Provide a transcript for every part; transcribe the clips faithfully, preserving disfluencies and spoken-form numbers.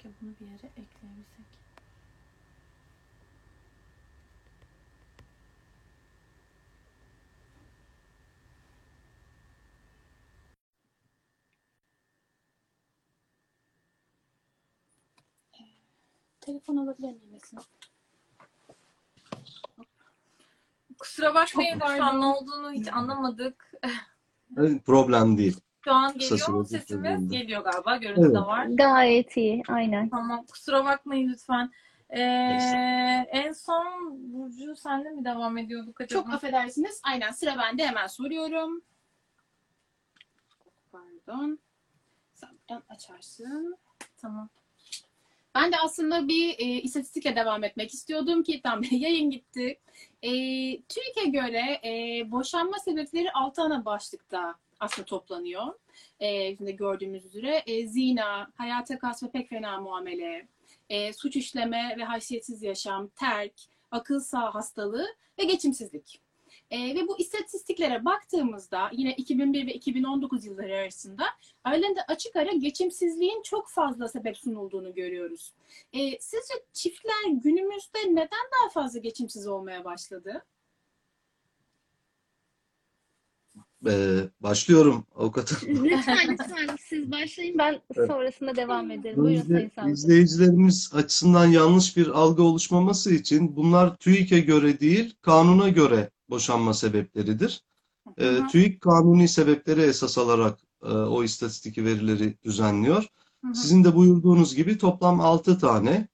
Keşke bunu bir yere ekleyebilsek. Telefon alabilir miyim Esin? Kusura bakmayın Çok lütfen, ne pardon. olduğunu hiç anlamadık. Problem değil. Şu an Kısa geliyor mu sürede sesimiz? çözüldü. Geliyor galiba. Görüntü de Evet. var. Gayet iyi, aynen. Tamam. Kusura bakmayın lütfen. Ee, Estağfurullah. en son Burcu senle mi devam ediyorduk acaba? Çok affedersiniz. Aynen, sıra bende, hemen soruyorum. Pardon. Sen buradan açarsın. Tamam. Ben de aslında bir e, istatistikle devam etmek istiyordum ki tam yayın gitti. E, TÜİK'e göre e, boşanma sebepleri altı ana başlıkta aslında toplanıyor. E, şimdi gördüğümüz üzere e, zina, hayata kasma pek fena muamele, e, suç işleme ve haysiyetsiz yaşam, terk, akıl sağ hastalığı ve geçimsizlik. E, ve bu istatistiklere baktığımızda yine iki bin bir ve iki bin on dokuz yılları arasında aralarında açık ara geçimsizliğin çok fazla sebep sunulduğunu görüyoruz. E, sizce çiftler günümüzde neden daha fazla geçimsiz olmaya başladı? Ee, başlıyorum avukatım. Lütfen lütfen siz başlayın, ben Evet. sonrasında devam ederim. Buyurun Önce Sayın Savcı. izleyicilerimiz açısından yanlış bir algı oluşmaması için bunlar TÜİK'e göre değil, kanuna göre boşanma sebepleridir. Hı Ee, hı. TÜİK kanuni sebepleri esas alarak e, o istatistik verileri düzenliyor. Hı hı. Sizin de buyurduğunuz gibi toplam altı tane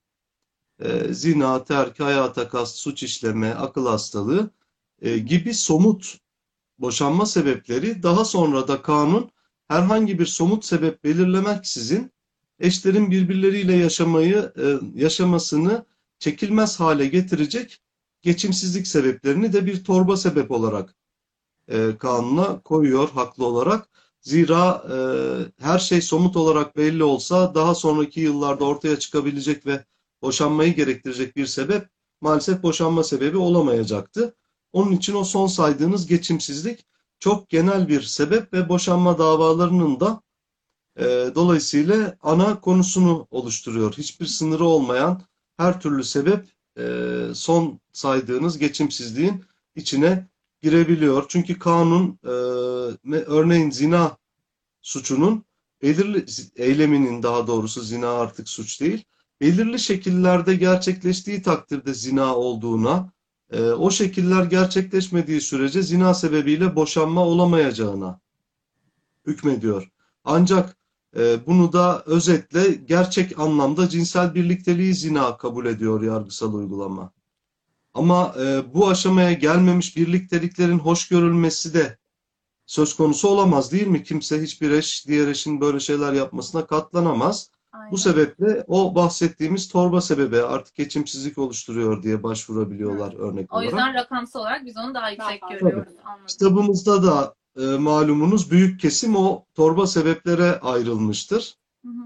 e, zina, terk, hayata kast, suç işleme, akıl hastalığı e, gibi somut boşanma sebepleri, daha sonra da kanun herhangi bir somut sebep belirlemeksizin eşlerin birbirleriyle yaşamayı e, yaşamasını çekilmez hale getirecek geçimsizlik sebeplerini de bir torba sebep olarak e, kanuna koyuyor haklı olarak. Zira e, her şey somut olarak belli olsa daha sonraki yıllarda ortaya çıkabilecek ve boşanmayı gerektirecek bir sebep maalesef boşanma sebebi olamayacaktı. Onun için o son saydığınız geçimsizlik çok genel bir sebep ve boşanma davalarının da e, dolayısıyla ana konusunu oluşturuyor. Hiçbir sınırı olmayan her türlü sebep e, son saydığınız geçimsizliğin içine girebiliyor. Çünkü kanun e, örneğin zina suçunun belirli eyleminin daha doğrusu zina artık suç değil. Belirli şekillerde gerçekleştiği takdirde zina olduğuna, e, o şekiller gerçekleşmediği sürece zina sebebiyle boşanma olamayacağına hükmediyor. Ancak e, bunu da özetle gerçek anlamda cinsel birlikteliği zina kabul ediyor yargısal uygulama. Ama e, bu aşamaya gelmemiş birlikteliklerin hoş görülmesi de söz konusu olamaz değil mi? Kimse hiçbir eş diğer eşin böyle şeyler yapmasına katlanamaz. Aynen. Bu sebeple o bahsettiğimiz torba sebebi artık geçimsizlik oluşturuyor diye başvurabiliyorlar örnek O yüzden olarak. rakamsal olarak biz onu daha yüksek fazla. görüyoruz. Anladım. Kitabımızda da e, malumunuz büyük kesim o torba sebeplere ayrılmıştır. Hı hı.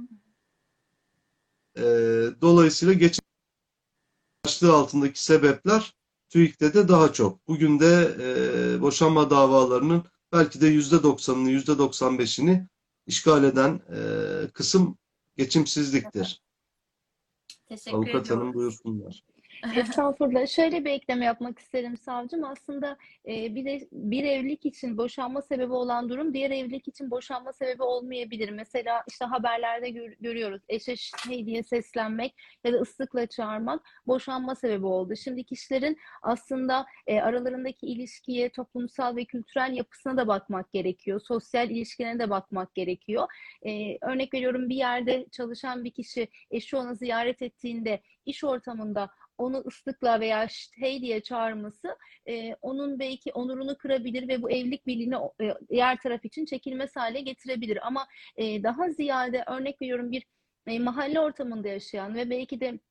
E, dolayısıyla geçim başlığı altındaki sebepler TÜİK'te de daha çok. Bugün de e, boşanma davalarının belki de yüzde doksanını, yüzde doksan beşini işgal eden e, kısım geçimsizliktir. Teşekkür Avukat hanım ediyoruz. buyursunlar. Estağfurullah. Şöyle bir ekleme yapmak isterim savcım. Aslında e, bir de bir evlilik için boşanma sebebi olan durum diğer evlilik için boşanma sebebi olmayabilir. Mesela işte haberlerde gör, görüyoruz. Eşe şey diye seslenmek ya da ıslıkla çağırmak boşanma sebebi oldu. Şimdi kişilerin aslında e, aralarındaki ilişkiye, toplumsal ve kültürel yapısına da bakmak gerekiyor. Sosyal ilişkilerine de bakmak gerekiyor. E, örnek veriyorum, bir yerde çalışan bir kişi eşi onu ziyaret ettiğinde iş ortamında onu ıslıkla veya hey diye çağırması e, onun belki onurunu kırabilir ve bu evlilik birliğini e, diğer taraf için çekilmez hale getirebilir. Ama e, daha ziyade örnek veriyorum, bir e, mahalle ortamında yaşayan ve belki de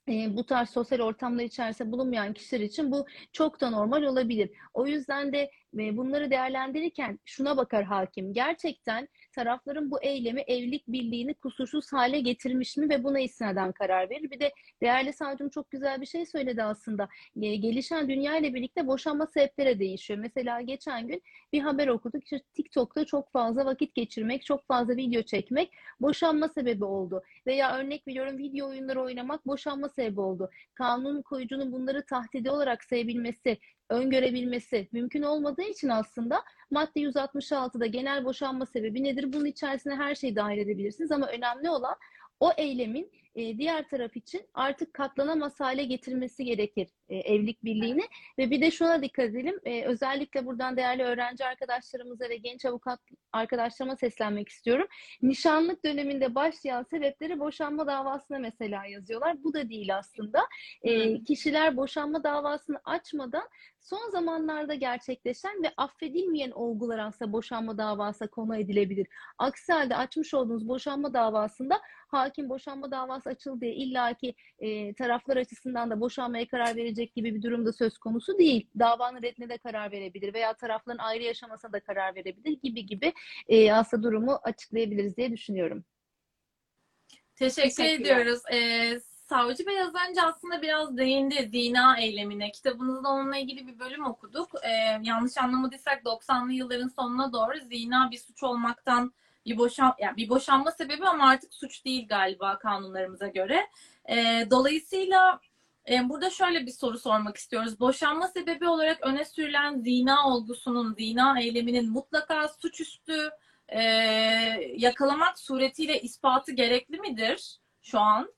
e, bu tarz sosyal ortamlar içerisinde bulunmayan kişiler için bu çok da normal olabilir. O yüzden de e, bunları değerlendirirken şuna bakar hakim. Gerçekten tarafların bu eylemi evlilik birliğini kusursuz hale getirmiş mi ve buna istinaden karar verir. Bir de değerli savcım çok güzel bir şey söyledi aslında. E, gelişen dünya ile birlikte boşanma sebepleri değişiyor. Mesela geçen gün bir haber okuduk. İşte TikTok'ta çok fazla vakit geçirmek, çok fazla video çekmek boşanma sebebi oldu. Veya örnek veriyorum, video oyunları oynamak boşanma sebebi oldu. Kanun koyucunun bunları tahdidi olarak sayabilmesi, öngörebilmesi mümkün olmadığı için aslında madde yüz altmış altıda genel boşanma sebebi nedir? Bunun içerisine her şeyi dahil edebilirsiniz ama önemli olan o eylemin e, diğer taraf için artık katlanamaz hale getirmesi gerekir e, evlilik birliğini. Ve bir de şuna dikkat edelim. E, özellikle buradan değerli öğrenci arkadaşlarımıza ve genç avukat arkadaşlarıma seslenmek istiyorum. Nişanlık döneminde başlayan sebepleri boşanma davasına mesela yazıyorlar. Bu da değil aslında. E, kişiler boşanma davasını açmadan son zamanlarda gerçekleşen ve affedilmeyen olgular aslında boşanma davası konu edilebilir. Aksi halde açmış olduğunuz boşanma davasında hakim boşanma davası açıldı diye illaki e, taraflar açısından da boşanmaya karar verecek gibi bir durumda söz konusu değil. Davanın reddine de karar verebilir veya tarafların ayrı yaşamasına da karar verebilir gibi gibi e, aslında durumu açıklayabiliriz diye düşünüyorum. Teşekkür ediyoruz. Ee, Savcı Bey az önce aslında biraz değindi zina eylemine. Kitabınızda onunla ilgili bir bölüm okuduk. Ee, yanlış anlamadıysak doksanlı yılların sonuna doğru zina bir suç olmaktan bir boşan yani bir boşanma sebebi ama artık suç değil galiba kanunlarımıza göre. Ee, dolayısıyla e, burada şöyle bir soru sormak istiyoruz. Boşanma sebebi olarak öne sürülen zina olgusunun, zina eyleminin mutlaka suçüstü e, yakalamak suretiyle ispatı gerekli midir şu an?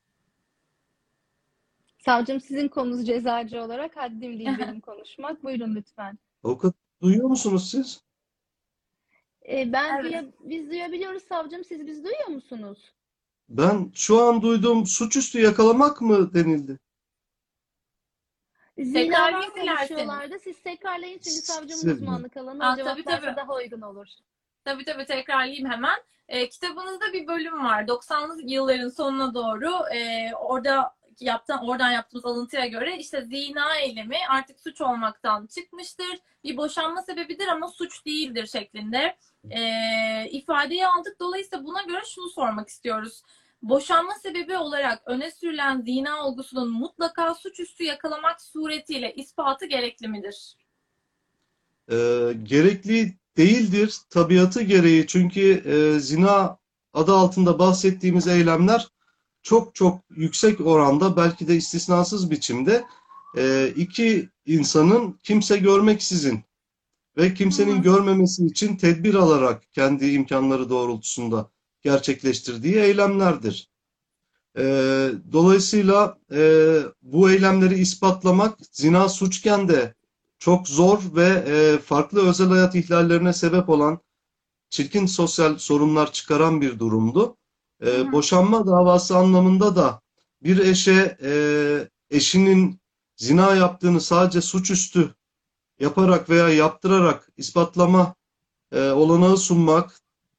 Savcım, sizin konunuz cezacı olarak haddim değil benim konuşmak. Buyurun lütfen. Avukat, duyuyor musunuz siz? E, ben Evet. duya- biz duyabiliyoruz savcım. Siz bizi duyuyor musunuz? Ben şu an duyduğum suçüstü yakalamak mı denildi? Zinadan Tekrarlayın dilerseniz. konuşuyorlardı. Siz tekrarlayın çünkü savcımın Siz mi? uzmanlık alanı. Aa, O tabii, cevaplarsa tabii. daha uygun olur. Tabii tabii tekrarlayayım hemen. E, kitabınızda bir bölüm var. doksanlı yılların sonuna doğru e, orada yaptığın, oradan yaptığımız alıntıya göre işte zina eylemi artık suç olmaktan çıkmıştır. Bir boşanma sebebidir ama suç değildir şeklinde e, ifadeyi aldık. Dolayısıyla buna göre şunu sormak istiyoruz. Boşanma sebebi olarak öne sürülen zina olgusunun mutlaka suçüstü yakalamak suretiyle ispatı gerekli midir? Ee, gerekli değildir tabiatı gereği. Çünkü e, zina adı altında bahsettiğimiz eylemler çok çok yüksek oranda, belki de istisnasız biçimde e, iki insanın kimse görmeksizin ve kimsenin Hı. görmemesi için tedbir alarak kendi imkanları doğrultusunda gerçekleştirdiği eylemlerdir. E, dolayısıyla e, bu eylemleri ispatlamak zina suçken de çok zor ve e, farklı özel hayat ihlallerine sebep olan çirkin sosyal sorunlar çıkaran bir durumdu. E, Hı hı. boşanma davası anlamında da bir eşe e, eşinin zina yaptığını sadece suçüstü yaparak veya yaptırarak ispatlama e, olanağı sunmak,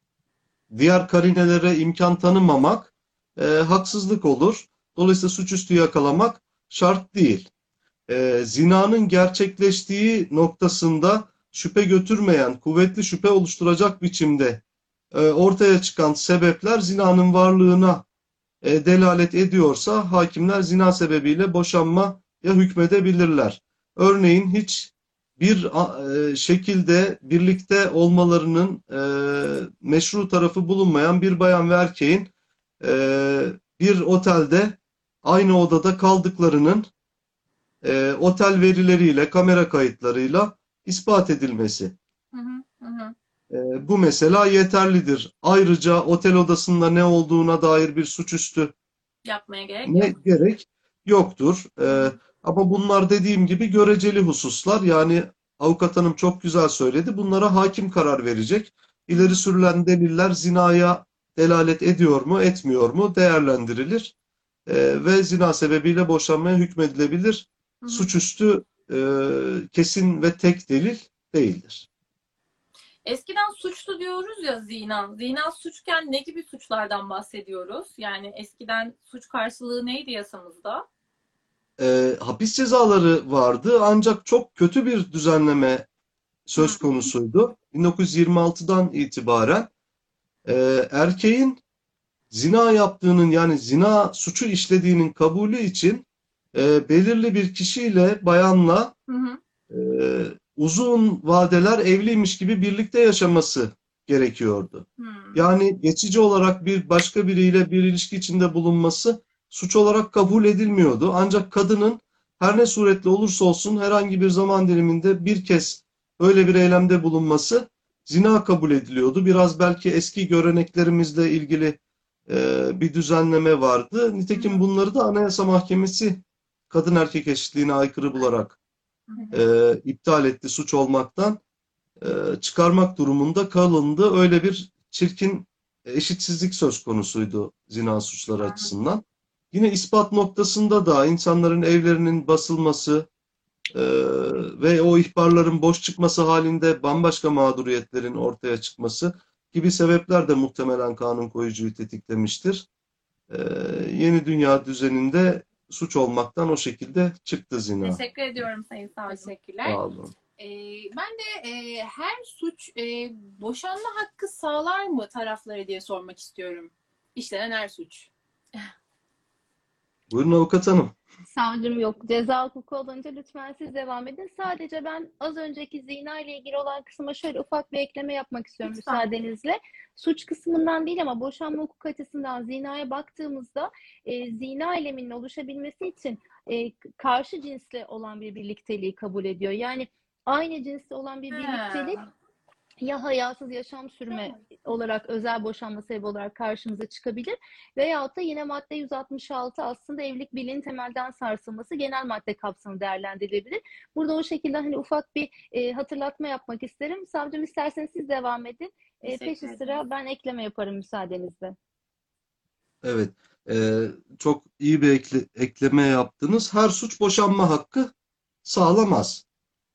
diğer karinelere imkan tanımamak e, haksızlık olur. Dolayısıyla suçüstü yakalamak şart değil. E, zinanın gerçekleştiği noktasında şüphe götürmeyen, kuvvetli şüphe oluşturacak biçimde e, ortaya çıkan sebepler zinanın varlığına e, delalet ediyorsa hakimler zina sebebiyle boşanmaya hükmedebilirler. Örneğin hiç bir e, şekilde birlikte olmalarının e, meşru tarafı bulunmayan bir bayan ve erkeğin e, bir otelde aynı odada kaldıklarının e, otel verileriyle, kamera kayıtlarıyla ispat edilmesi. Hı hı, hı. E, bu mesela yeterlidir. Ayrıca otel odasında ne olduğuna dair bir suçüstü Yapmaya gerek ne yok. gerek yoktur. E, ama bunlar dediğim gibi göreceli hususlar. Yani avukat hanım çok güzel söyledi. Bunlara hakim karar verecek. İleri sürülen deliller zinaya delalet ediyor mu, etmiyor mu değerlendirilir. E, ve zina sebebiyle boşanmaya hükmedilebilir. Hı hı. Suçüstü e, kesin ve tek delil değildir. Eskiden suçlu diyoruz ya zina. Zina suçken ne gibi suçlardan bahsediyoruz? Yani eskiden suç karşılığı neydi yasamızda? e, hapis cezaları vardı ancak çok kötü bir düzenleme söz Hı. konusuydu. bin dokuz yüz yirmi altıdan itibaren e, erkeğin zina yaptığının yani zina suçu işlediğinin kabulü için e, belirli bir kişiyle bayanla Hı hı. e, uzun vadeler evliymiş gibi birlikte yaşaması gerekiyordu. Hı. Yani geçici olarak bir başka biriyle bir ilişki içinde bulunması suç olarak kabul edilmiyordu. Ancak kadının her ne suretle olursa olsun herhangi bir zaman diliminde bir kez böyle bir eylemde bulunması zina kabul ediliyordu. Biraz belki eski göreneklerimizle ilgili e, bir düzenleme vardı. Hı Nitekim hı. bunları da Anayasa Mahkemesi kadın erkek eşitliğine aykırı bularak Hı hı. e, iptal etti, suç olmaktan e, çıkarmak durumunda kalındı. Öyle bir çirkin eşitsizlik söz konusuydu zina suçları Anladım. açısından. Yine ispat noktasında da insanların evlerinin basılması e, ve o ihbarların boş çıkması halinde bambaşka mağduriyetlerin ortaya çıkması gibi sebepler de muhtemelen kanun koyucuyu tetiklemiştir. E, Yeni dünya düzeninde suç olmaktan o şekilde çıktı zina. Teşekkür ediyorum Sayın Savcım. Teşekkürler. Sağ olun. Ee, ben de e, her suç e, boşanma hakkı sağlar mı tarafları diye sormak istiyorum. İşlenen her suç. Buyurun avukat hanım. Savcım yok. Ceza hukuku olunca lütfen siz devam edin. Sadece ben az önceki zina ile ilgili olan kısma şöyle ufak bir ekleme yapmak istiyorum Lütfen. müsaadenizle. Suç kısmından değil ama boşanma hukuk açısından zinaya baktığımızda e, zina eyleminin oluşabilmesi için e, karşı cinsle olan bir birlikteliği kabul ediyor. Yani aynı cinsle olan bir birliktelik Ha. ya hayasız yaşam sürme olarak özel boşanma sebebi olarak karşımıza çıkabilir veyahut da yine madde yüz altmış altı aslında evlilik birliğinin temelden sarsılması genel madde kapsamı değerlendirilebilir. Burada o şekilde hani ufak bir e, hatırlatma yapmak isterim. Savcım isterseniz siz devam edin. E, Teşekkür peşi ederim. sıra ben ekleme yaparım müsaadenizle. Evet, eee, çok iyi bir ekle- ekleme yaptınız. Her suç boşanma hakkı sağlamaz.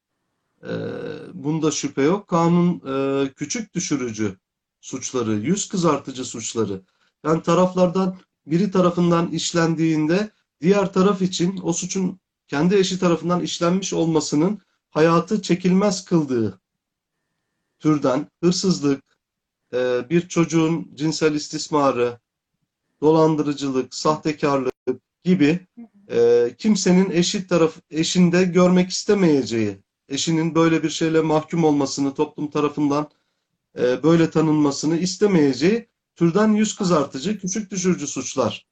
Eee bunda şüphe yok. Kanun eee, küçük düşürücü suçları, yüz kızartıcı suçları, yani taraflardan biri tarafından işlendiğinde diğer taraf için o suçun kendi eşi tarafından işlenmiş olmasının hayatı çekilmez kıldığı türden hırsızlık, eee, bir çocuğun cinsel istismarı, dolandırıcılık, sahtekarlık gibi e, kimsenin eşit taraf eşinde görmek istemeyeceği, eşinin böyle bir şeyle mahkum olmasını, toplum tarafından e, böyle tanınmasını istemeyeceği türden yüz kızartıcı, küçük düşürücü suçlar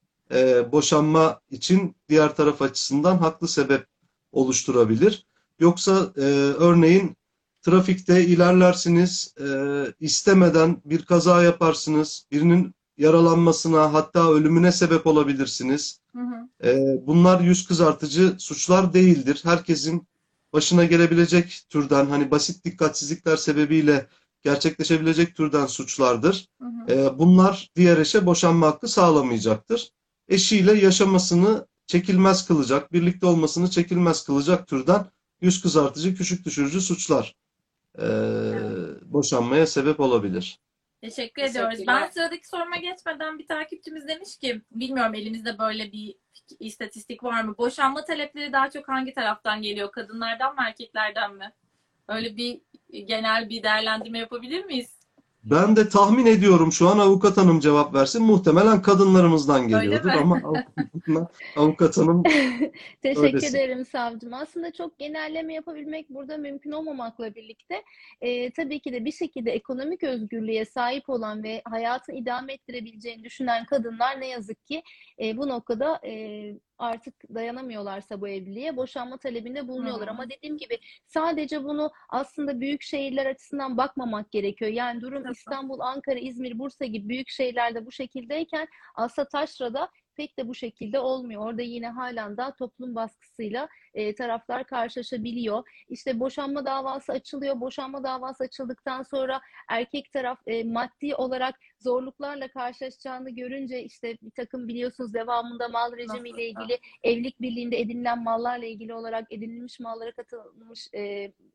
e, boşanma için diğer taraf açısından haklı sebep oluşturabilir. Yoksa e, örneğin trafikte ilerlersiniz, e, istemeden bir kaza yaparsınız, birinin yaralanmasına hatta ölümüne sebep olabilirsiniz. Hı hı. E, bunlar yüz kızartıcı suçlar değildir. Herkesin başına gelebilecek türden, hani basit dikkatsizlikler sebebiyle gerçekleşebilecek türden suçlardır. Hı hı. E, bunlar diğer eşe boşanma hakkı sağlamayacaktır. Eşiyle yaşamasını çekilmez kılacak, birlikte olmasını çekilmez kılacak türden yüz kızartıcı, küçük düşürücü suçlar e, Evet. boşanmaya sebep olabilir. Teşekkür ediyoruz. Teşekkürler. Ben sıradaki soruma geçmeden bir takipçimiz demiş ki, bilmiyorum elimizde böyle bir istatistik var mı? Boşanma talepleri daha çok hangi taraftan geliyor? Kadınlardan mı, erkeklerden mi? Öyle bir genel bir değerlendirme yapabilir miyiz? Ben de tahmin ediyorum, şu an avukat hanım cevap versin. Muhtemelen kadınlarımızdan Öyle geliyordur mi? ama avukat, avukat hanım Teşekkür öylesin. ederim savcım. Aslında çok genelleme yapabilmek burada mümkün olmamakla birlikte e, tabii ki de bir şekilde ekonomik özgürlüğe sahip olan ve hayatını idame ettirebileceğini düşünen kadınlar ne yazık ki e, bu noktada e, artık dayanamıyorlarsa bu evliliğe boşanma talebinde bulunuyorlar. Hı. Ama dediğim gibi sadece bunu aslında büyük şehirler açısından bakmamak gerekiyor. Yani durum Tabii. İstanbul, Ankara, İzmir, Bursa gibi büyük şehirlerde bu şekildeyken aslında taşrada pek de bu şekilde olmuyor. Orada yine halen daha toplum baskısıyla e, taraflar karşılaşabiliyor. İşte boşanma davası açılıyor. Boşanma davası açıldıktan sonra erkek taraf e, maddi olarak zorluklarla karşılaşacağını görünce işte bir takım biliyorsunuz devamında mal rejimiyle Nasıl? ilgili evlilik birliğinde edinilen mallarla ilgili olarak edinilmiş mallara katılmış e,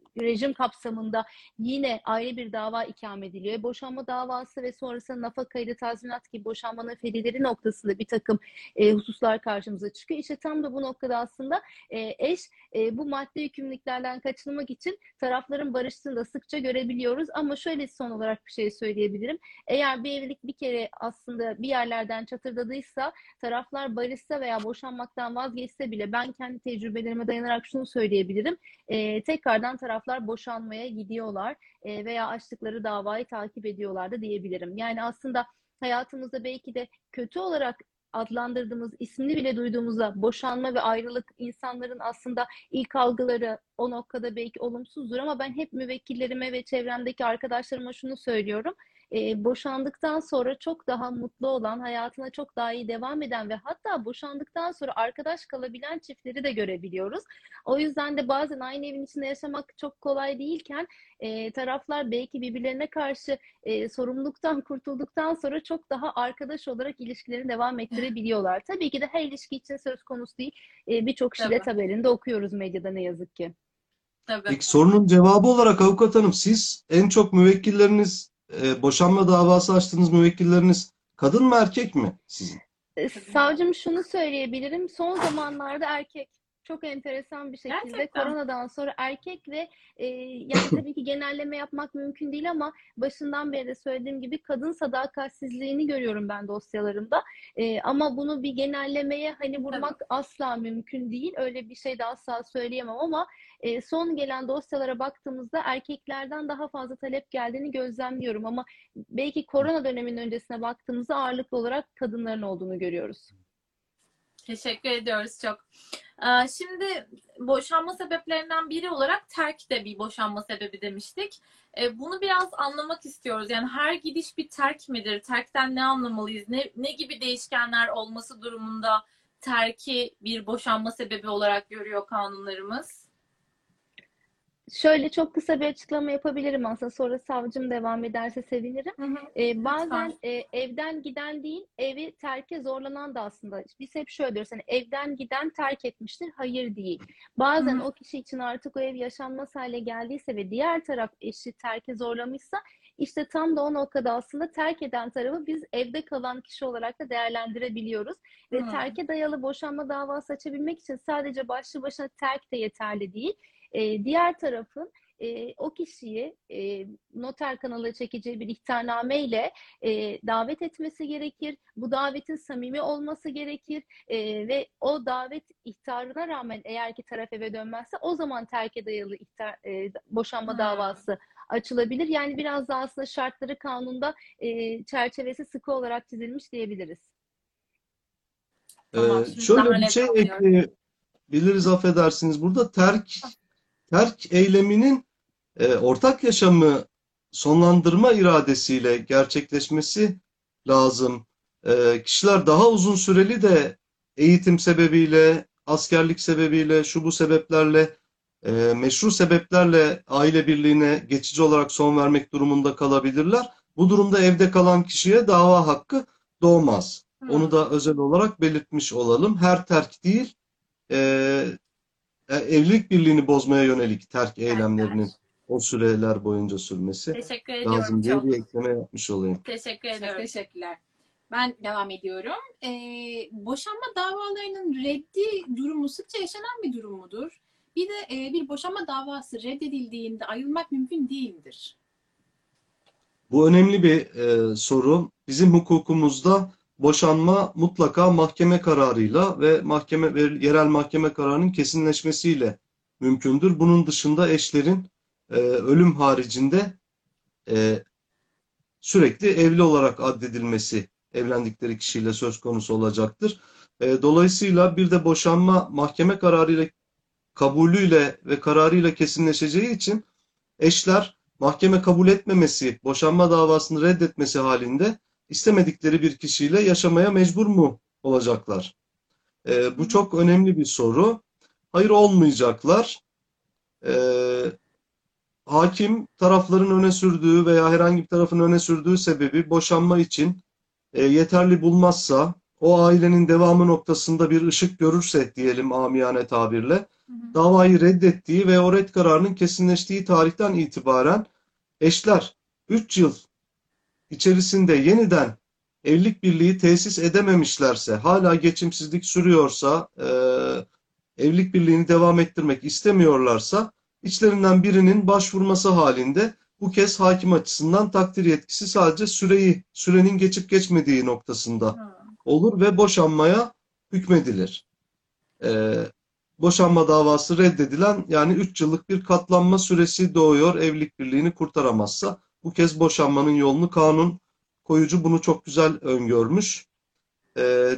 rejim kapsamında yine ayrı bir dava ikame ediliyor. E, boşanma davası ve sonrasında nafaka tazminat gibi boşanmanın ferileri noktasında bir takım e, hususlar karşımıza çıkıyor. İşte tam da bu noktada aslında e, eş e, bu maddi yükümlülüklerden kaçınmak için tarafların barıştığını da sıkça görebiliyoruz. Ama şöyle son olarak bir şey söyleyebilirim. Eğer bir evlilik bir kere aslında bir yerlerden çatırdadıysa, taraflar barışsa veya boşanmaktan vazgeçse bile ben kendi tecrübelerime dayanarak şunu söyleyebilirim. E, tekrardan taraflar boşanmaya gidiyorlar e, veya açtıkları davayı takip ediyorlar da diyebilirim. Yani aslında hayatımızda belki de kötü olarak adlandırdığımız, ismini bile duyduğumuzda boşanma ve ayrılık insanların aslında ilk algıları o noktada belki olumsuzdur ama ben hep müvekkillerime ve çevremdeki arkadaşlarıma şunu söylüyorum. E, boşandıktan sonra çok daha mutlu olan, hayatına çok daha iyi devam eden ve hatta boşandıktan sonra arkadaş kalabilen çiftleri de görebiliyoruz. O yüzden de bazen aynı evin içinde yaşamak çok kolay değilken e, taraflar belki birbirlerine karşı e, sorumluluktan kurtulduktan sonra çok daha arkadaş olarak ilişkilerini devam ettirebiliyorlar. Tabii ki de her ilişki için söz konusu değil. E, birçok şiddet Tabii. haberinde okuyoruz medyada ne yazık ki. Tabii. Peki sorunun cevabı olarak avukat hanım, siz en çok müvekkilleriniz, e, boşanma davası açtığınız müvekkilleriniz kadın mı erkek mi sizin? E, Savcım şunu söyleyebilirim. Son zamanlarda erkek. Çok enteresan bir şekilde Gerçekten. koronadan sonra erkek ve e, yani tabii ki genelleme yapmak mümkün değil ama başından beri de söylediğim gibi kadın sadakatsizliğini görüyorum ben dosyalarımda. E, ama bunu bir genellemeye hani vurmak asla mümkün değil. Öyle bir şey de asla söyleyemem ama e, son gelen dosyalara baktığımızda erkeklerden daha fazla talep geldiğini gözlemliyorum ama belki korona döneminin öncesine baktığımızda ağırlıklı olarak kadınların olduğunu görüyoruz. Teşekkür ediyoruz çok. Ee, Şimdi boşanma sebeplerinden biri olarak terk de bir boşanma sebebi demiştik. Ee, Bunu biraz anlamak istiyoruz. Yani her gidiş bir terk midir? Terkten ne anlamalıyız? Ne, ne gibi değişkenler olması durumunda terki bir boşanma sebebi olarak görüyor kanunlarımız? Şöyle çok kısa bir açıklama yapabilirim aslında. Sonra savcım devam ederse sevinirim. Hı hı. Ee, bazen Lütfen. e, evden giden değil, evi terke zorlanan da aslında. Biz hep şöyle diyoruz, hani evden giden terk etmiştir. Hayır değil. Bazen Hı hı. o kişi için artık o ev yaşanmaz hale geldiyse ve diğer taraf eşi terke zorlamışsa işte tam da o noktada aslında terk eden tarafı biz evde kalan kişi olarak da değerlendirebiliyoruz. Ve Hı. terke dayalı boşanma davası açabilmek için sadece başlı başına terk de yeterli değil. E, diğer tarafın e, o kişiyi e, noter kanalına çekeceği bir ihtarname ile e, davet etmesi gerekir. Bu davetin samimi olması gerekir e, ve o davet ihtarına rağmen eğer ki taraf eve dönmezse o zaman terke dayalı ihtar, e, boşanma Hmm. davası açılabilir. Yani biraz daha aslında şartları kanunda e, çerçevesi sıkı olarak çizilmiş diyebiliriz. Tamam, Ee, şimdi şöyle daha bir net şey anlıyorum. ekleyebiliriz, affedersiniz. Burada terk terk eyleminin e, ortak yaşamı sonlandırma iradesiyle gerçekleşmesi lazım. E, kişiler daha uzun süreli de eğitim sebebiyle, askerlik sebebiyle, şu bu sebeplerle, e, meşru sebeplerle aile birliğine geçici olarak son vermek durumunda kalabilirler. Bu durumda evde kalan kişiye dava hakkı doğmaz. Hmm. Onu da özel olarak belirtmiş olalım. Her terk değil, e, e, evlilik birliğini bozmaya yönelik terk eylemlerinin o süreler boyunca sürmesi Teşekkür ediyorum lazım diye çok. bir ekleme yapmış olayım. Teşekkür Çok ediyorum. teşekkürler. Ben devam ediyorum. Ee, boşanma davalarının reddi durumu sıkça yaşanan bir durum mudur? Bir de e, bir boşanma davası reddedildiğinde ayrılmak mümkün değil midir? Bu önemli bir e, soru. Bizim hukukumuzda boşanma mutlaka mahkeme kararıyla ve mahkeme ve yerel mahkeme kararının kesinleşmesiyle mümkündür. Bunun dışında eşlerin e, ölüm haricinde e, sürekli evli olarak addedilmesi evlendikleri kişiyle söz konusu olacaktır. E, dolayısıyla bir de boşanma mahkeme kararıyla kabulüyle ve kararıyla kesinleşeceği için eşler mahkeme kabul etmemesi, boşanma davasını reddetmesi halinde istemedikleri bir kişiyle yaşamaya mecbur mu olacaklar? E, bu çok önemli bir soru. Hayır, olmayacaklar. E, hakim tarafların öne sürdüğü veya herhangi bir tarafın öne sürdüğü sebebi boşanma için e, yeterli bulmazsa, o ailenin devamı noktasında bir ışık görürse diyelim amiyane tabirle, hı. davayı reddettiği ve o red kararının kesinleştiği tarihten itibaren eşler üç yıl içerisinde yeniden evlilik birliği tesis edememişlerse, hala geçimsizlik sürüyorsa, e, evlilik birliğini devam ettirmek istemiyorlarsa, içlerinden birinin başvurması halinde bu kez hakim açısından takdir yetkisi sadece süreyi, sürenin geçip geçmediği noktasında Hı. olur ve boşanmaya hükmedilir. E, boşanma davası reddedilen, yani üç yıllık bir katlanma süresi doğuyor evlilik birliğini kurtaramazsa. Bu kez boşanmanın yolunu kanun koyucu bunu çok güzel öngörmüş. E,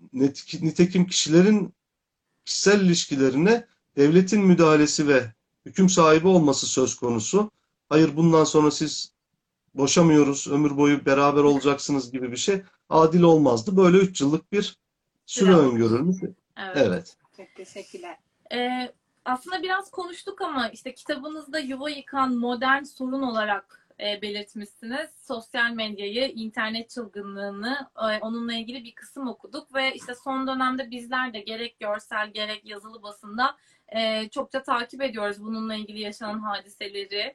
nitekim kişilerin kişisel ilişkilerine devletin müdahalesi ve hüküm sahibi olması söz konusu. Hayır, bundan sonra siz boşamıyoruz, ömür boyu beraber olacaksınız gibi bir şey adil olmazdı. Böyle üç yıllık bir süre Süre. öngörülmüş. Evet. Evet. Çok teşekkürler. Ee, aslında biraz konuştuk ama işte kitabınızda yuva yıkan modern sorun olarak e, belirtmişsiniz. Sosyal medyayı, internet çılgınlığını, e, onunla ilgili bir kısım okuduk ve işte son dönemde bizler de gerek görsel gerek yazılı basında e, çokça takip ediyoruz bununla ilgili yaşanan hadiseleri.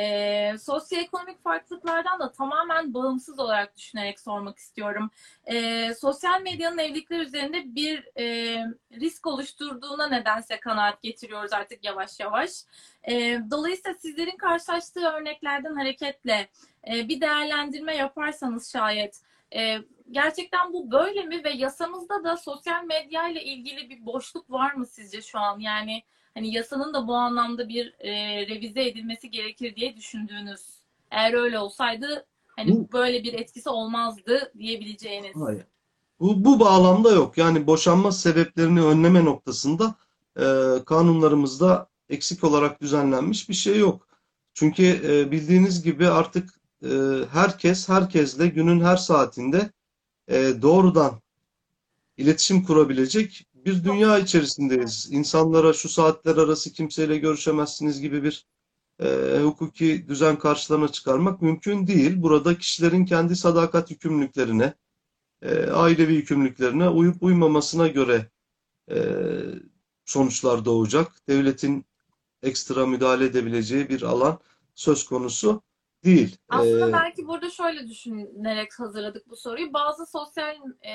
E, sosyoekonomik farklılıklardan da tamamen bağımsız olarak düşünerek sormak istiyorum. E, sosyal medyanın evlilikler üzerinde bir e, risk oluşturduğuna nedense kanaat getiriyoruz artık yavaş yavaş. E, dolayısıyla sizlerin karşılaştığı örneklerden hareketle e, bir değerlendirme yaparsanız şayet, e, gerçekten bu böyle mi ve yasamızda da sosyal medya ile ilgili bir boşluk var mı sizce şu an? Yani hani yasanın da bu anlamda bir e, revize edilmesi gerekir diye düşündüğünüz. Eğer öyle olsaydı hani Bu, böyle bir etkisi olmazdı diyebileceğiniz. hayır. Bu, bu bağlamda yok. Yani boşanma sebeplerini önleme noktasında e, kanunlarımızda eksik olarak düzenlenmiş bir şey yok. Çünkü e, bildiğiniz gibi artık e, herkes herkesle günün her saatinde e, doğrudan iletişim kurabilecek bir dünya içerisindeyiz. İnsanlara şu saatler arası kimseyle görüşemezsiniz gibi bir e, hukuki düzen karşılarına çıkarmak mümkün değil. Burada kişilerin kendi sadakat yükümlülüklerine, e, ailevi yükümlülüklerine uyup uymamasına göre e, sonuçlar doğacak. Devletin ekstra müdahale edebileceği bir alan söz konusu değil. Aslında E, belki burada şöyle düşünerek hazırladık bu soruyu. Bazı sosyal e,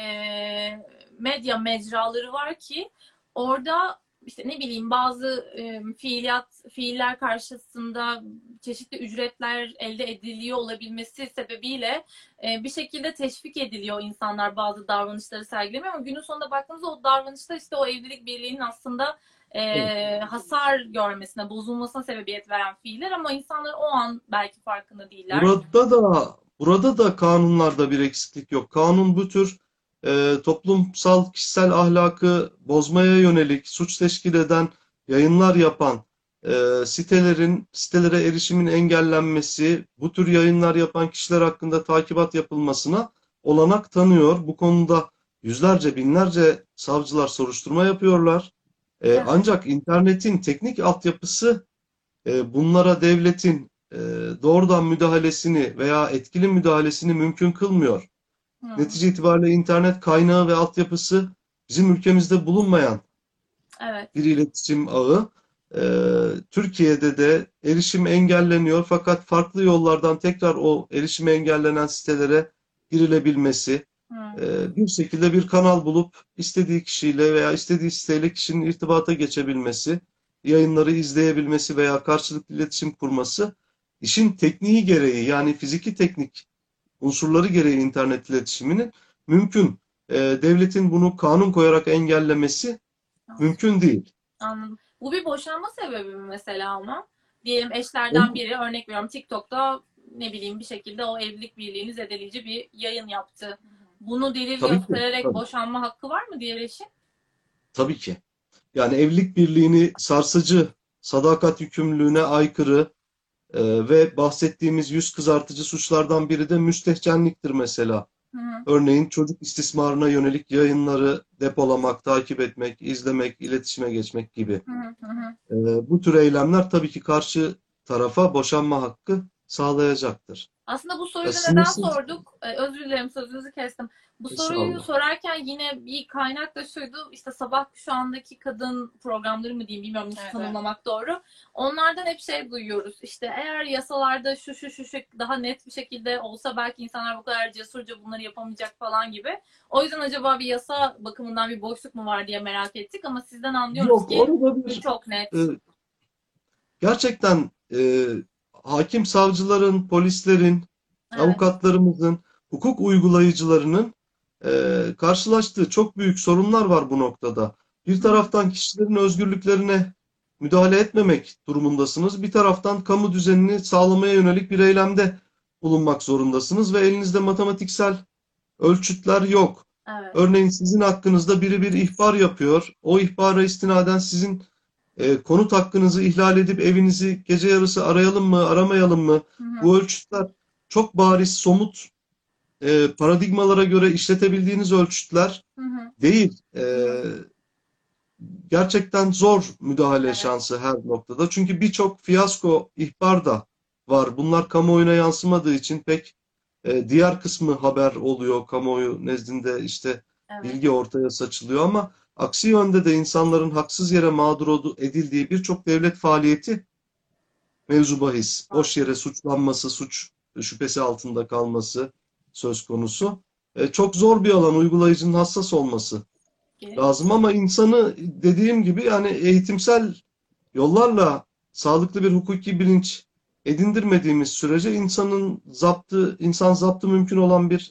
medya mecraları var ki orada işte ne bileyim bazı e, fiiliyat, fiiller karşısında çeşitli ücretler elde ediliyor olabilmesi sebebiyle e, bir şekilde teşvik ediliyor insanlar bazı davranışları sergilemiyor ama günün sonunda baktığınızda o davranışlar işte o evlilik birliğinin aslında e, evet. hasar görmesine, bozulmasına sebebiyet veren fiiller ama insanlar o an belki farkında değiller. Burada da burada da kanunlarda bir eksiklik yok. Kanun bu tür e, toplumsal kişisel ahlakı bozmaya yönelik suç teşkil eden yayınlar yapan e, sitelerin sitelere erişimin engellenmesi, bu tür yayınlar yapan kişiler hakkında takibat yapılmasına olanak tanıyor. Bu konuda yüzlerce, binlerce savcılar soruşturma yapıyorlar. E, Evet. ancak internetin teknik altyapısı e, bunlara devletin e, doğrudan müdahalesini veya etkili müdahalesini mümkün kılmıyor. Hı. Netice itibariyle internet kaynağı ve altyapısı bizim ülkemizde bulunmayan Evet. bir iletişim ağı. E, Türkiye'de de erişim engelleniyor fakat farklı yollardan tekrar o erişime engellenen sitelere girilebilmesi, Hı. e, bir şekilde bir kanal bulup istediği kişiyle veya istediği siteyle kişinin irtibata geçebilmesi, yayınları izleyebilmesi veya karşılıklı iletişim kurması, işin tekniği gereği, yani fiziki teknik unsurları gereği internet iletişiminin mümkün. E, devletin bunu kanun koyarak engellemesi mümkün değil. Anladım. Bu bir boşanma sebebi mi mesela ama? Diyelim eşlerden biri örnek veriyorum TikTok'ta ne bileyim bir şekilde o evlilik birliğini zedeleyici bir yayın yaptı. Bunu delil Tabii ki, göstererek tabii. boşanma hakkı var mı diğer eşin? Tabii ki. Yani evlilik birliğini sarsıcı, sadakat yükümlülüğüne aykırı e, ve bahsettiğimiz yüz kızartıcı suçlardan biri de müstehcenliktir mesela. Hı hı. Örneğin çocuk istismarına yönelik yayınları depolamak, takip etmek, izlemek, iletişime geçmek gibi. Hı hı hı. E, bu tür eylemler tabii ki karşı tarafa boşanma hakkı sağlayacaktır. Aslında bu soruyu Ya da neden sınırsız. sorduk? Ee, özür dilerim, sözünüzü kestim. Bu soruyu Estağfurullah. sorarken yine bir kaynak da şuydu. İşte sabah kuşağındaki kadın programları mı diyeyim, bilmiyorum nasıl Evet, tanımlamak doğru. Onlardan hep şey duyuyoruz. İşte eğer yasalarda şu şu şu şu daha net bir şekilde olsa belki insanlar bu kadar cesurca bunları yapamayacak falan gibi. O yüzden acaba bir yasa bakımından bir boşluk mu var diye merak ettik ama sizden anlıyoruz Yok, ki orada bir çok net. e, gerçekten e, hakim savcıların, polislerin, Evet. avukatlarımızın, hukuk uygulayıcılarının e, karşılaştığı çok büyük sorunlar var bu noktada. Bir taraftan kişilerin özgürlüklerine müdahale etmemek durumundasınız. Bir taraftan kamu düzenini sağlamaya yönelik bir eylemde bulunmak zorundasınız ve elinizde matematiksel ölçütler yok. Evet. Örneğin sizin hakkınızda biri bir ihbar yapıyor. O ihbara istinaden sizin e, konut hakkınızı ihlal edip evinizi gece yarısı arayalım mı, aramayalım mı? Hı hı. Bu ölçütler çok bariz, somut e, paradigmalara göre işletebildiğiniz ölçütler Hı hı. değil. E, gerçekten zor müdahale Evet. şansı her noktada. Çünkü birçok fiyasko ihbar da var. Bunlar kamuoyuna yansımadığı için pek e, diğer kısmı haber oluyor. Kamuoyu nezdinde işte Evet. bilgi ortaya saçılıyor ama aksi yönde de insanların haksız yere mağdur oldu- edildiği birçok devlet faaliyeti mevzu bahis. Boş yere suçlanması, suç şüphesi altında kalması söz konusu. E, çok zor bir alan, uygulayıcının hassas olması lazım ama insanı dediğim gibi yani eğitimsel yollarla sağlıklı bir hukuki bilinç edindirmediğimiz sürece insanın zaptı, insan zaptı mümkün olan bir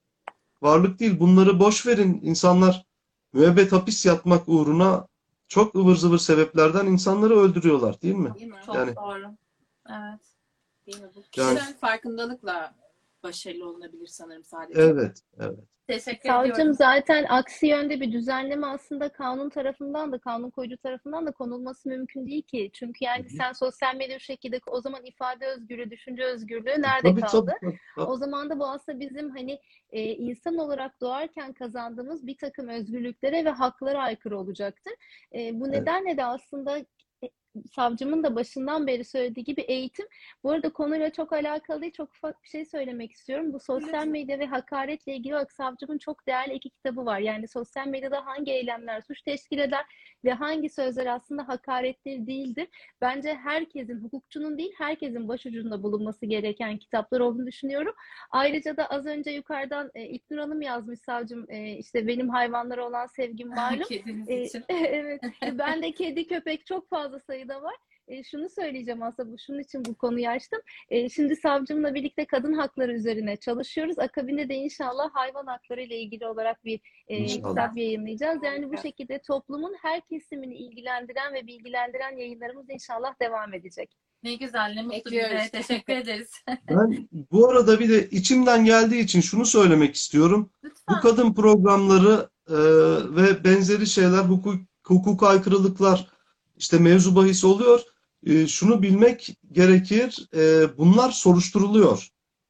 varlık değil. Bunları boş verin. İnsanlar müebbet hapis yatmak uğruna çok ıvır zıvır sebeplerden insanları öldürüyorlar, değil mi? Değil mi? Çok Yani- doğru. Evet. Değil mi? Bu Yani- kişisel farkındalıkla başarılı olunabilir sanırım sadece. Evet, evet. Teşekkür Savcım ediyorum. zaten aksi yönde bir düzenleme aslında kanun tarafından da kanun koyucu tarafından da konulması mümkün değil ki. Çünkü yani sen sosyal medya şu şekilde o zaman ifade özgürlüğü, düşünce özgürlüğü nerede Tabii, kaldı? tabii, tabii, tabii. O zaman da bu aslında bizim hani e, insan olarak doğarken kazandığımız bir takım özgürlüklere ve haklara aykırı olacaktır. E, bu Evet. nedenle de aslında e, savcımın da başından beri söylediği gibi eğitim. Bu arada konuyla çok alakalı değil, çok ufak bir şey söylemek istiyorum. Bu sosyal Lütfen. medya ve hakaretle ilgili olarak savcımın çok değerli iki kitabı var. Yani sosyal medyada hangi eylemler suç teşkil eder ve hangi sözler aslında hakarettir değildir. Bence herkesin, hukukçunun değil herkesin başucunda bulunması gereken kitaplar olduğunu düşünüyorum. Ayrıca da az önce yukarıdan e, İlknur Hanım yazmış savcım, e, işte benim hayvanlara olan sevgim malum. Kediniz E, için. evet, ben de kedi köpek çok fazla sayıda var. E, şunu söyleyeceğim aslında, bu şunun için bu konuyu açtım. E, şimdi savcımla birlikte kadın hakları üzerine çalışıyoruz. Akabinde de inşallah hayvan hakları ile ilgili olarak bir e, İnşallah. kitap yayınlayacağız. Yani bu Harika. şekilde toplumun her kesimini ilgilendiren ve bilgilendiren yayınlarımız inşallah devam edecek. Ne güzel, ne mutlu Bekliyoruz. bize. Teşekkür ederiz. Ben bu arada bir de içimden geldiği için şunu söylemek istiyorum. Bu Lütfen. kadın programları e, ve benzeri şeyler, hukuk, hukuk aykırılıklar, işte mevzu bahis oluyor. E, şunu bilmek gerekir, e, bunlar soruşturuluyor.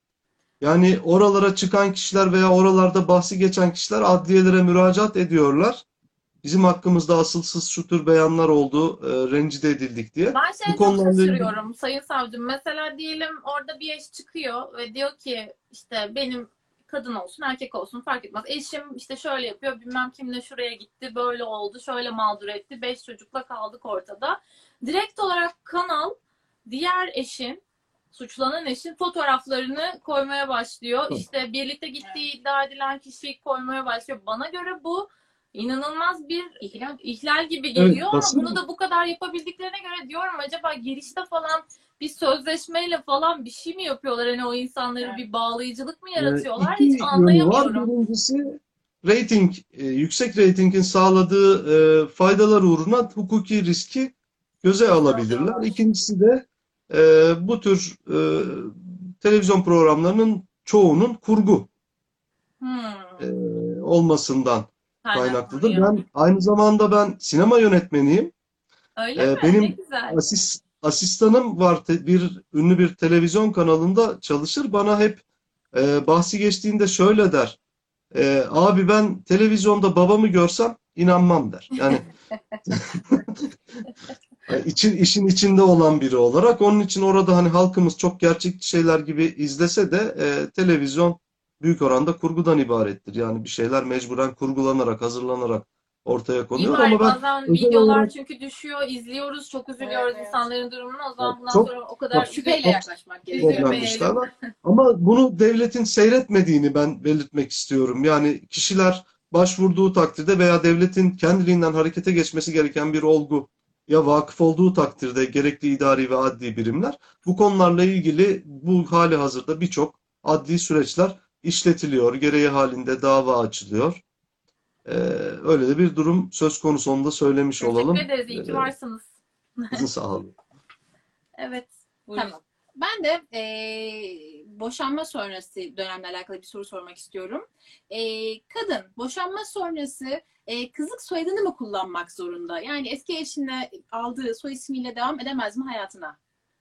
Yani oralara çıkan kişiler veya oralarda bahsi geçen kişiler adliyelere müracaat ediyorlar. Bizim hakkımızda asılsız şu tür beyanlar oldu, e, rencide edildik diye. Ben şeye Bu çok konularla ilgili- şaşırıyorum Sayın Savcım. Mesela diyelim orada bir eş çıkıyor ve diyor ki işte benim kadın olsun erkek olsun fark etmez. Eşim işte şöyle yapıyor, bilmem kimle şuraya gitti, böyle oldu, şöyle mağdur etti. Beş çocukla kaldık ortada. Direkt olarak kanal diğer eşin, suçlanan eşin fotoğraflarını koymaya başlıyor. Hı. İşte birlikte gittiği iddia edilen kişiyi koymaya başlıyor. Bana göre bu inanılmaz bir İhlal. ihlal gibi Evet, geliyor ama basın- bunu da bu kadar yapabildiklerine göre diyorum acaba girişte falan bir sözleşmeyle falan bir şey mi yapıyorlar? Hani o insanları Evet. bir bağlayıcılık mı Ee, yaratıyorlar? iki Hiç yönü var. anlayamıyorum. Birincisi rating, e, yüksek ratingin sağladığı e, faydalar uğruna hukuki riski göze alabilirler. alıyorlar. İkincisi de e, bu tür e, televizyon programlarının çoğunun kurgu Hmm. e, olmasından kaynaklıdır. Kaynaklanıyor. Ben aynı zamanda ben sinema yönetmeniyim. Öyle Ee, mi? benim Ne güzel. Asis, asistanım var, te- bir ünlü bir televizyon kanalında çalışır. Bana hep e, bahsi geçtiğinde şöyle der. E, abi ben televizyonda babamı görsem inanmam der. Yani Yani için, işin içinde olan biri olarak onun için orada hani halkımız çok gerçekçi şeyler gibi izlese de e, televizyon büyük oranda kurgudan ibarettir. Yani bir şeyler mecburen kurgulanarak, hazırlanarak ortaya İyi konuyor ama bari ben bazen özel videolar olarak çünkü düşüyor, izliyoruz, çok üzülüyoruz Evet, evet. insanların durumuna. O zaman bundan çok sonra o kadar çok Şüpheyle çok yaklaşmak gerekiyor. problemli işler üzülmeyelim. var. Ama bunu devletin seyretmediğini ben belirtmek istiyorum. Yani kişiler başvurduğu takdirde veya devletin kendiliğinden harekete geçmesi gereken bir olguya vakıf olduğu takdirde gerekli idari ve adli birimler bu konularla ilgili bu hali hazırda birçok adli süreçler işletiliyor. Gereği halinde dava açılıyor. Ee, öyle de bir durum söz konusu, onu da söylemiş Teşekkür olalım. ederiz. İyi ki varsınız. Ee, sağ olun. Evet. Buyurun. Tamam. Ben de eee, boşanma sonrası dönemle alakalı bir soru sormak istiyorum. Eee, kadın boşanma sonrası eee, kızlık soyadını mı kullanmak zorunda? Yani eski eşine aldığı soy ismiyle devam edemez mi hayatına?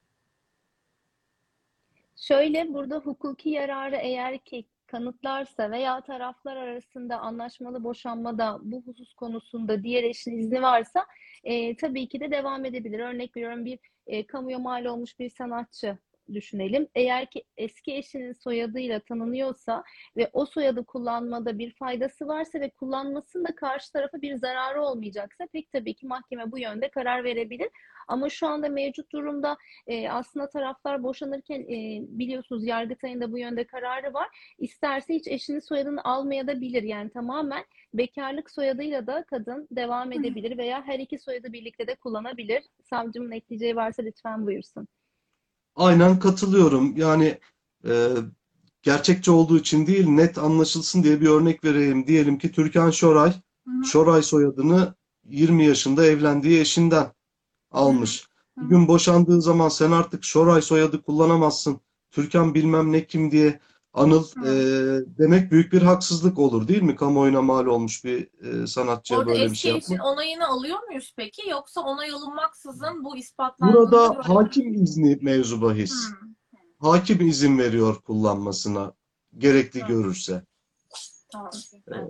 Şöyle burada hukuki yararı eğer ki kanıtlarsa veya taraflar arasında anlaşmalı boşanmada bu husus konusunda diğer eşin izni varsa e, tabii ki de devam edebilir. Örnek veriyorum bir e, kamuya mal olmuş bir sanatçı düşünelim. Eğer ki eski eşinin soyadıyla tanınıyorsa ve o soyadı kullanmada bir faydası varsa ve kullanmasında karşı tarafa bir zararı olmayacaksa pek tabii ki mahkeme bu yönde karar verebilir. Ama şu anda mevcut durumda e, aslında taraflar boşanırken e, biliyorsunuz Yargıtay'ın da bu yönde kararı var. İsterse hiç eşinin soyadını almaya da bilir. Yani tamamen bekarlık soyadıyla da kadın devam edebilir veya her iki soyadı birlikte de kullanabilir. Savcımın ekleyeceği varsa lütfen buyursun. Aynen katılıyorum. Yani e, gerçekçi olduğu için değil, net anlaşılsın diye bir örnek vereyim. Diyelim ki Türkan Şoray, Hı hı. Şoray soyadını yirmi yaşında evlendiği eşinden almış. Hı hı. Bugün boşandığı zaman sen artık Şoray soyadı kullanamazsın, Türkan bilmem ne kim diye anıl Hı. e, demek büyük bir haksızlık olur değil mi? Kamuoyuna mal olmuş bir e, sanatçıya Orada böyle bir eski şey eşin yapmak. onayını alıyor muyuz peki? Yoksa onay alınmaksızın bu ispatlandığında Burada böyle... hakim izni mevzu bahis. Hı. Hakim izin veriyor kullanmasına gerekli Hı. görürse. Tamam. Evet.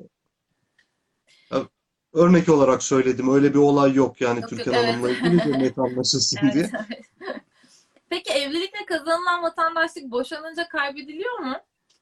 Ya, örnek olarak söyledim. Öyle bir olay yok yani Yok, yok, Türkan evet. Hanım'la ilgili de net anlaşılsın Evet, diye. evet. Peki evlilikle kazanılan vatandaşlık boşanınca kaybediliyor mu?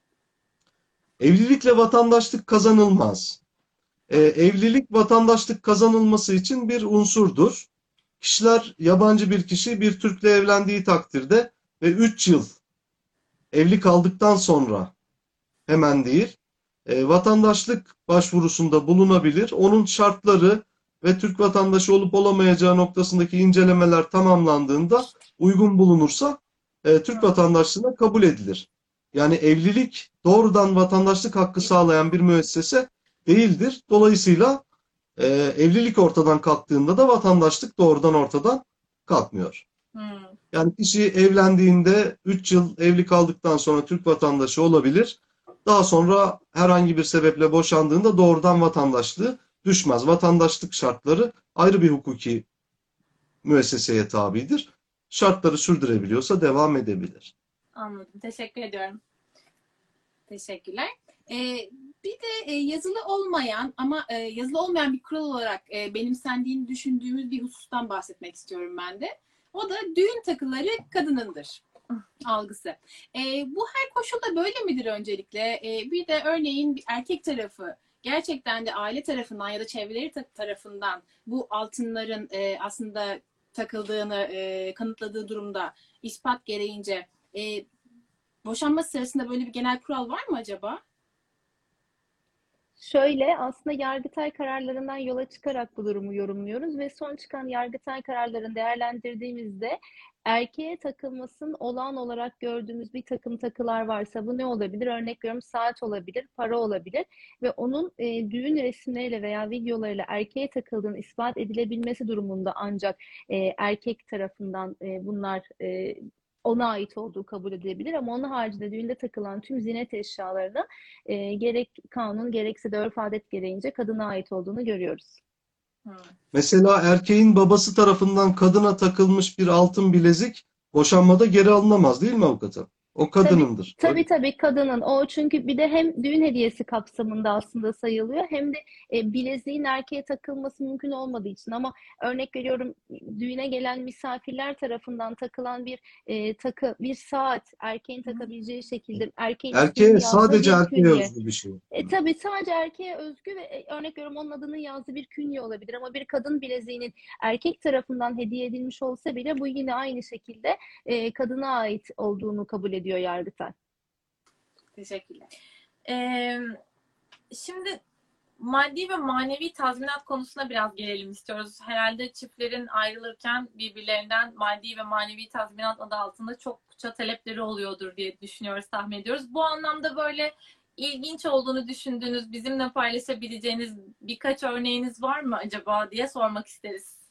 Evlilikle vatandaşlık kazanılmaz. Ee, evlilik vatandaşlık kazanılması için bir unsurdur. Kişiler yabancı bir kişi bir Türk'le evlendiği takdirde ve üç yıl evli kaldıktan sonra hemen değil, e, vatandaşlık başvurusunda bulunabilir. Onun şartları ve Türk vatandaşı olup olamayacağı noktasındaki incelemeler tamamlandığında uygun bulunursa e, Türk vatandaşlığına kabul edilir. Yani evlilik doğrudan vatandaşlık hakkı sağlayan bir müessese değildir. Dolayısıyla e, evlilik ortadan kalktığında da vatandaşlık doğrudan ortadan kalkmıyor. Hmm. Yani kişi evlendiğinde üç yıl evli kaldıktan sonra Türk vatandaşı olabilir. Daha sonra herhangi bir sebeple boşandığında doğrudan vatandaşlığı düşmez. Vatandaşlık şartları ayrı bir hukuki müesseseye tabidir. Şartları sürdürebiliyorsa devam edebilir. Anladım. Teşekkür ediyorum. Teşekkürler. Ee, bir de e, yazılı olmayan ama e, yazılı olmayan bir kural olarak e, benimsendiğini düşündüğümüz bir husustan bahsetmek istiyorum ben de. O da düğün takıları kadınındır algısı. E, bu her koşulda böyle midir öncelikle? E, bir de örneğin bir erkek tarafı gerçekten de aile tarafından ya da çevreleri ta- tarafından bu altınların e, aslında takıldığını e, kanıtladığı durumda ispat gereğince e, boşanma sırasında böyle bir genel kural var mı acaba? Şöyle aslında Yargıtay kararlarından yola çıkarak bu durumu yorumluyoruz ve son çıkan Yargıtay kararlarını değerlendirdiğimizde erkeğe takılmasının olağan olarak gördüğümüz bir takım takılar varsa bu ne olabilir? Örnek veriyorum saat olabilir, para olabilir ve onun e, düğün resimleriyle veya videolarıyla erkeğe takıldığını ispat edilebilmesi durumunda ancak e, erkek tarafından e, bunlar e, ona ait olduğu kabul edilebilir ama onun haricinde düğünde takılan tüm ziynet eşyalarını e, gerek kanun gerekse de örf adet gereğince kadına ait olduğunu görüyoruz. Hmm. Mesela erkeğin babası tarafından kadına takılmış bir altın bilezik boşanmada geri alınamaz değil mi avukatım? O Tabii, kadınındır. Öyle. tabii tabii kadının o, çünkü bir de hem düğün hediyesi kapsamında aslında sayılıyor hem de e, bileziğin erkeğe takılması mümkün olmadığı için. Ama örnek veriyorum, düğüne gelen misafirler tarafından takılan bir e, takı, bir saat, erkeğin Hı hı. takabileceği şekilde erkeğin isminin Erkeğe, yazdığı sadece bir erkeğe künye. özgü bir şey. E, tabii sadece erkeğe özgü ve e, örnek veriyorum onun adının yazdığı bir künye olabilir, ama bir kadın bileziğinin erkek tarafından hediye edilmiş olsa bile bu yine aynı şekilde e, kadına ait olduğunu kabul ediyor Yargıtay. Teşekkürler. Ee, Şimdi maddi ve manevi tazminat konusuna biraz gelelim istiyoruz. Herhalde çiftlerin ayrılırken birbirlerinden maddi ve manevi tazminat adı altında çokça talepleri oluyordur diye düşünüyoruz, tahmin ediyoruz. Bu anlamda böyle ilginç olduğunu düşündüğünüz, bizimle paylaşabileceğiniz birkaç örneğiniz var mı acaba diye sormak isteriz.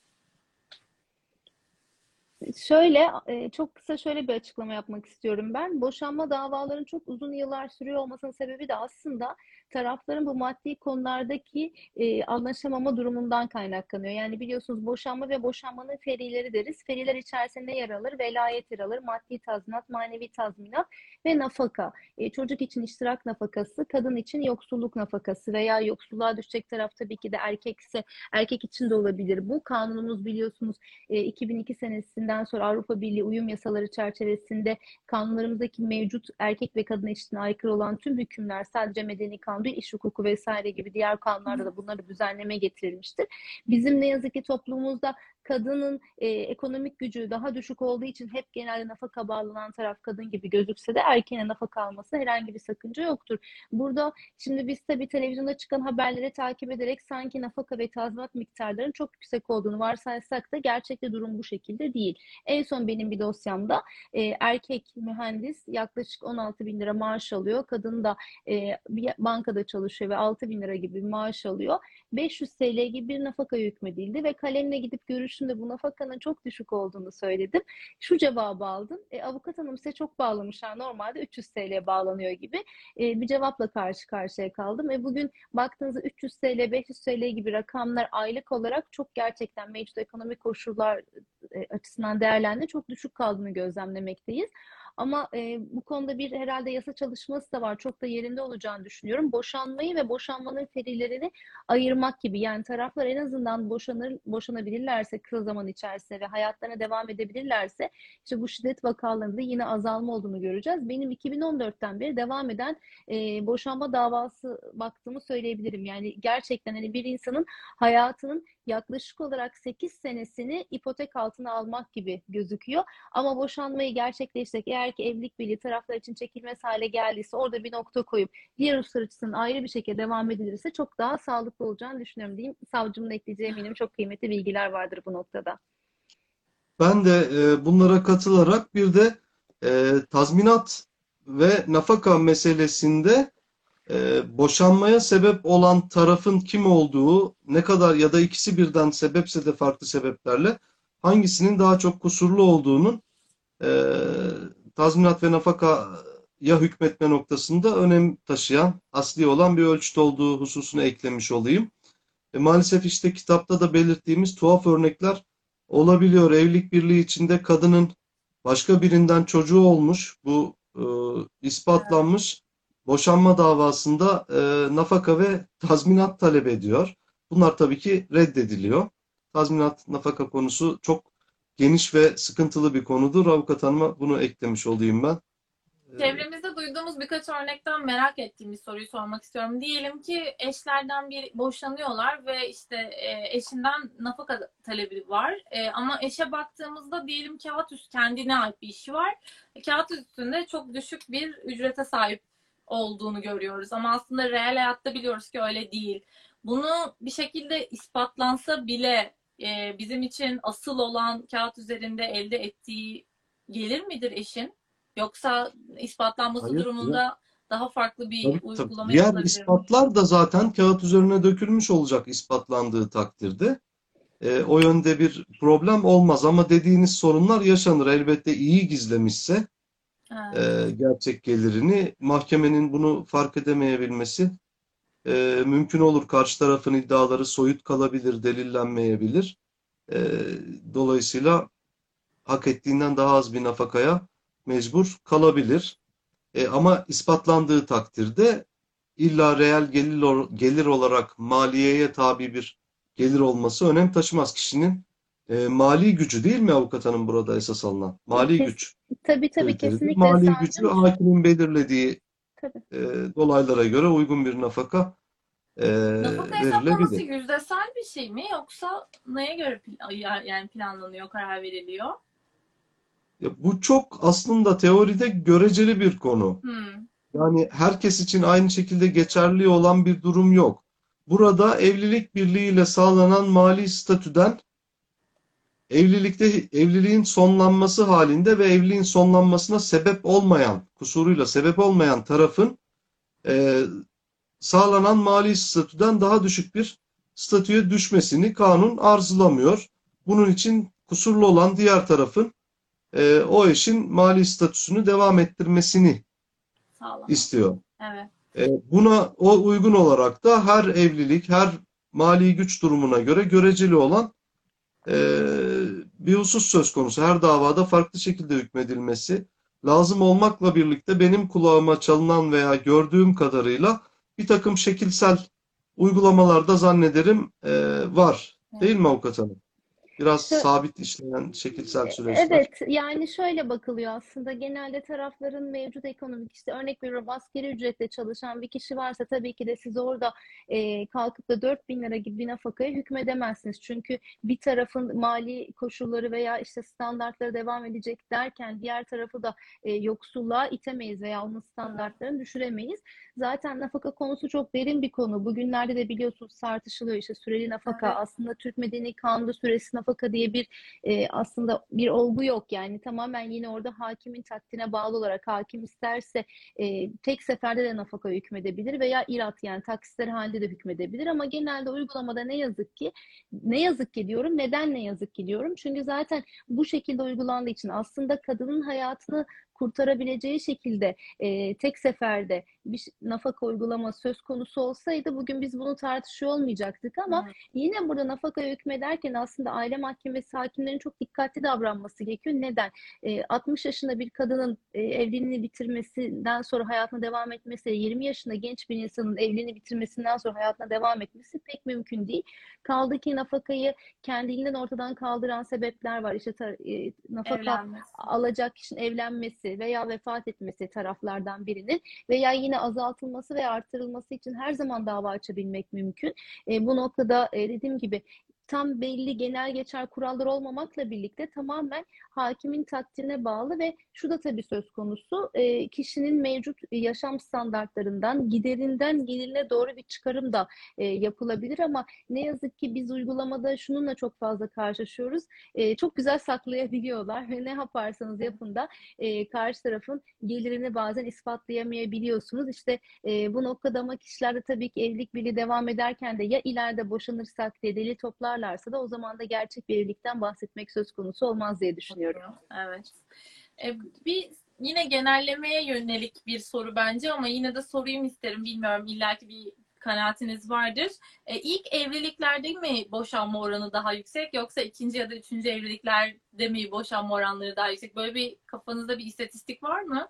Şöyle, e, çok kısa şöyle bir açıklama yapmak istiyorum ben. Boşanma davalarının çok uzun yıllar sürüyor olmasının sebebi de aslında tarafların bu maddi konulardaki e, anlaşamama durumundan kaynaklanıyor. Yani biliyorsunuz, boşanma ve boşanmanın ferileri deriz. Feriler içerisinde yer alır, velayet yer alır, maddi tazminat, manevi tazminat ve nafaka. E, çocuk için iştirak nafakası, kadın için yoksulluk nafakası veya yoksulluğa düşecek taraf tabii ki de erkekse erkek için de olabilir bu. Kanunumuz biliyorsunuz e, iki bin iki senesinden sonra Avrupa Birliği uyum yasaları çerçevesinde kanunlarımızdaki mevcut erkek ve kadın eşitliğine aykırı olan tüm hükümler, sadece medeni kanun değil, iş hukuku vesaire gibi diğer kanunlarda da bunları düzenleme getirilmiştir. Bizim ne yazık ki toplumumuzda kadının e, ekonomik gücü daha düşük olduğu için hep genelde nafaka bağlanan taraf kadın gibi gözükse de erkeğine nafaka alması herhangi bir sakınca yoktur. Burada şimdi biz tabii televizyonda çıkan haberleri takip ederek sanki nafaka ve tazminat miktarlarının çok yüksek olduğunu varsaysak da gerçekte durum bu şekilde değil. En son benim bir dosyamda e, erkek mühendis yaklaşık on altı bin lira maaş alıyor. Kadın da e, bir bankada çalışıyor ve altı bin lira gibi bir maaş alıyor. beş yüz T L gibi bir nafaka hükmedildi ve kalemle gidip görüşümde bu nafakanın çok düşük olduğunu söyledim. Şu cevabı aldım. E, avukat hanım size çok bağlamışlar. Normalde üç yüz T L bağlanıyor gibi e, bir cevapla karşı karşıya kaldım. E, bugün baktığınızda üç yüz T L, beş yüz T L gibi rakamlar aylık olarak çok gerçekten mevcut ekonomik koşullar e, açısından değerlendiğinde çok düşük kaldığını gözlemlemekteyiz. Ama e, bu konuda bir herhalde yasa çalışması da var. Çok da yerinde olacağını düşünüyorum. Boşanmayı ve boşanmanın ferilerini ayırmak gibi. Yani taraflar en azından boşanır, boşanabilirlerse kısa zaman içerisinde ve hayatlarına devam edebilirlerse işte bu şiddet vakalarında yine azalma olduğunu göreceğiz. Benim iki bin on dörtten beri devam eden e, boşanma davası baktığımı söyleyebilirim. Yani gerçekten hani bir insanın hayatının yaklaşık olarak sekiz senesini ipotek altına almak gibi gözüküyor. Ama boşanmayı gerçekleştirerek, eğer ki evlilik birliği taraflar için çekilmez hale geldiyse orada bir nokta koyup diğer uluslar açısından ayrı bir şekilde devam edilirse çok daha sağlıklı olacağını düşünüyorum diyeyim. Savcımın ekleyeceği eminim çok kıymetli bilgiler vardır bu noktada. Ben de e, bunlara katılarak bir de e, tazminat ve nafaka meselesinde e, boşanmaya sebep olan tarafın kim olduğu, ne kadar ya da ikisi birden sebepse de farklı sebeplerle hangisinin daha çok kusurlu olduğunun e, tazminat ve nafakaya hükmetme noktasında önem taşıyan, asli olan bir ölçüt olduğu hususunu eklemiş olayım. E, maalesef işte kitapta da belirttiğimiz tuhaf örnekler olabiliyor. Evlilik birliği içinde kadının başka birinden çocuğu olmuş, bu e, ispatlanmış. Boşanma davasında e, nafaka ve tazminat talep ediyor. Bunlar tabii ki reddediliyor. Tazminat, nafaka konusu çok geniş ve sıkıntılı bir konudur. Avukat hanıma bunu eklemiş olayım ben. Çevremizde duyduğumuz birkaç örnekten merak ettiğim bir soruyu sormak istiyorum. Diyelim ki eşlerden bir boşanıyorlar ve işte e, eşinden nafaka talebi var. E, ama eşe baktığımızda diyelim kağıt üstü kendine ait bir işi var. E, kağıt üstünde çok düşük bir ücrete sahip olduğunu görüyoruz. Ama aslında reel hayatta biliyoruz ki öyle değil. Bunu bir şekilde ispatlansa bile e, bizim için asıl olan kağıt üzerinde elde ettiği gelir midir eşin? Yoksa ispatlanması Hayır, durumunda daha farklı bir tabii, tabii. uygulama Diğer yapılabilir mi? ispatlar da zaten kağıt üzerine dökülmüş olacak ispatlandığı takdirde. E, o yönde bir problem olmaz ama dediğiniz sorunlar yaşanır. Elbette iyi gizlemişse Evet. e, gerçek gelirini, mahkemenin bunu fark edemeyebilmesi e, mümkün olur. Karşı tarafın iddiaları soyut kalabilir, delillenmeyebilir. E, dolayısıyla hak ettiğinden daha az bir nafakaya mecbur kalabilir. E, ama ispatlandığı takdirde illa reel gelir, gelir olarak maliyeye tabi bir gelir olması önem taşımaz. Kişinin e, mali gücü değil mi avukat hanım burada esas alınan? Mali Kes, güç tabii tabii kriteridir. kesinlikle Mali gücü savcım. hakimin belirlediği Tabii. e, dolaylara göre uygun bir nafaka e, Nafaka hesaplaması verilebilir. yüzdesel bir şey mi, yoksa neye göre pl- yani planlanıyor, karar veriliyor? Ya bu çok aslında teoride göreceli bir konu. Hmm. Yani herkes için aynı şekilde geçerli olan bir durum yok. Burada evlilik birliğiyle sağlanan mali statüden evlilikte evliliğin sonlanması halinde ve evliliğin sonlanmasına sebep olmayan, kusuruyla sebep olmayan tarafın e, sağlanan mali statüden daha düşük bir statüye düşmesini kanun arzulamıyor. Bunun için kusurlu olan diğer tarafın e, o eşin mali statüsünü devam ettirmesini Sağlam. istiyor. Evet. E, buna o uygun olarak da her evlilik, her mali güç durumuna göre göreceli olan e, bir husus söz konusu. Her davada farklı şekilde hükmedilmesi lazım olmakla birlikte benim kulağıma çalınan veya gördüğüm kadarıyla bir takım şekilsel uygulamalarda zannederim e, var. Değil mi avukat hanım? Biraz Şu, sabit işleyen şekilsel süreçler. Evet, yani şöyle bakılıyor aslında genelde tarafların mevcut ekonomik işte örnek veriyorum asgari ücretle çalışan bir kişi varsa tabii ki de siz orada e, kalkıp da dört bin lira gibi bir nafakaya hükmedemezsiniz. Çünkü bir tarafın mali koşulları veya işte standartları devam edecek derken diğer tarafı da e, yoksulluğa itemeyiz veya onun standartlarını düşüremeyiz. Zaten nafaka konusu çok derin bir konu. Bugünlerde de biliyorsunuz tartışılıyor işte süreli nafaka. Evet. Aslında Türk Medeni Kanunu'nda süresiz nafaka diye bir e, aslında bir olgu yok. Yani tamamen yine orada hakimin takdirine bağlı olarak hakim isterse e, tek seferde de nafaka hükmedebilir veya irat yani taksitler halinde de hükmedebilir ama genelde uygulamada ne yazık ki ne yazık ki diyorum. Neden ne yazık ki diyorum? Çünkü zaten bu şekilde uygulandığı için aslında kadının hayatını kurtarabileceği şekilde e, tek seferde bir nafaka uygulaması söz konusu olsaydı bugün biz bunu tartışıyor olmayacaktık ama Hmm. yine burada nafaka hükmederken aslında aile mahkemesi hakimlerin çok dikkatli davranması gerekiyor. Neden? E, altmış yaşında bir kadının e, evliliğini bitirmesinden sonra hayatına devam etmesi, yirmi yaşında genç bir insanın evliliğini bitirmesinden sonra hayatına devam etmesi pek mümkün değil. Kaldı ki nafakayı kendiliğinden ortadan kaldıran sebepler var. İşte tar- e, nafaka Evlenmesi. alacak kişinin evlenmesi veya vefat etmesi taraflardan birinin veya yine azaltılması veya artırılması için her zaman dava açabilmek mümkün. E, bu noktada e, dediğim gibi tam belli genel geçer kurallar olmamakla birlikte tamamen hakimin takdirine bağlı ve şu da tabii söz konusu e, kişinin mevcut yaşam standartlarından, giderinden gelirine doğru bir çıkarım da e, yapılabilir ama ne yazık ki biz uygulamada şununla çok fazla karşılaşıyoruz. E, çok güzel saklayabiliyorlar ve ne yaparsanız yapın da e, karşı tarafın gelirini bazen ispatlayamayabiliyorsunuz. İşte e, bu noktada ama kişiler de tabii ki evlilik birliği devam ederken de ya ileride boşanırsak diye delil toplarlarsa da o zaman da gerçek bir evlilikten bahsetmek söz konusu olmaz diye düşünüyorum. Evet. E, bir yine genellemeye yönelik bir soru bence ama yine de sorayım isterim. Bilmiyorum, illaki bir kanaatiniz vardır. E, ilk evliliklerde mi boşanma oranı daha yüksek, yoksa ikinci ya da üçüncü evliliklerde mi boşanma oranları daha yüksek? Böyle bir kafanızda bir istatistik var mı?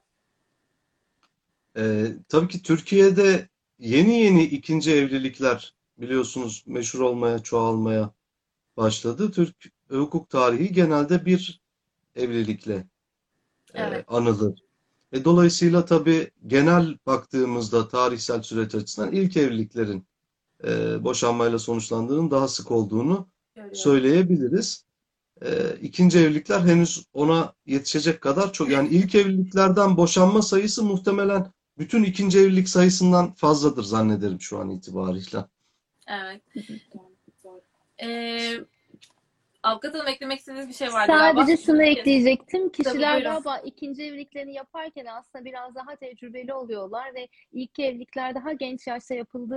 E, tabii ki Türkiye'de yeni yeni ikinci evlilikler biliyorsunuz meşhur olmaya, çoğalmaya başladı. Türk hukuk tarihi genelde bir evlilikle e, Evet. anılır. E, dolayısıyla tabii genel baktığımızda tarihsel süreç açısından ilk evliliklerin e, boşanmayla sonuçlandığının daha sık olduğunu Görüyorum. söyleyebiliriz. E, ikinci evlilikler henüz ona yetişecek kadar çok. Yani ilk evliliklerden boşanma sayısı muhtemelen bütün ikinci evlilik sayısından fazladır zannederim şu an itibariyle. Evet. Ee, Avukat Hanım, eklemek istediğiniz bir şey vardı galiba. Sadece şunu ekleyecektim. Tabii, Kişiler buyurun. galiba ikinci evliliklerini yaparken aslında biraz daha tecrübeli oluyorlar ve ilk evlilikler daha genç yaşta yapıldığı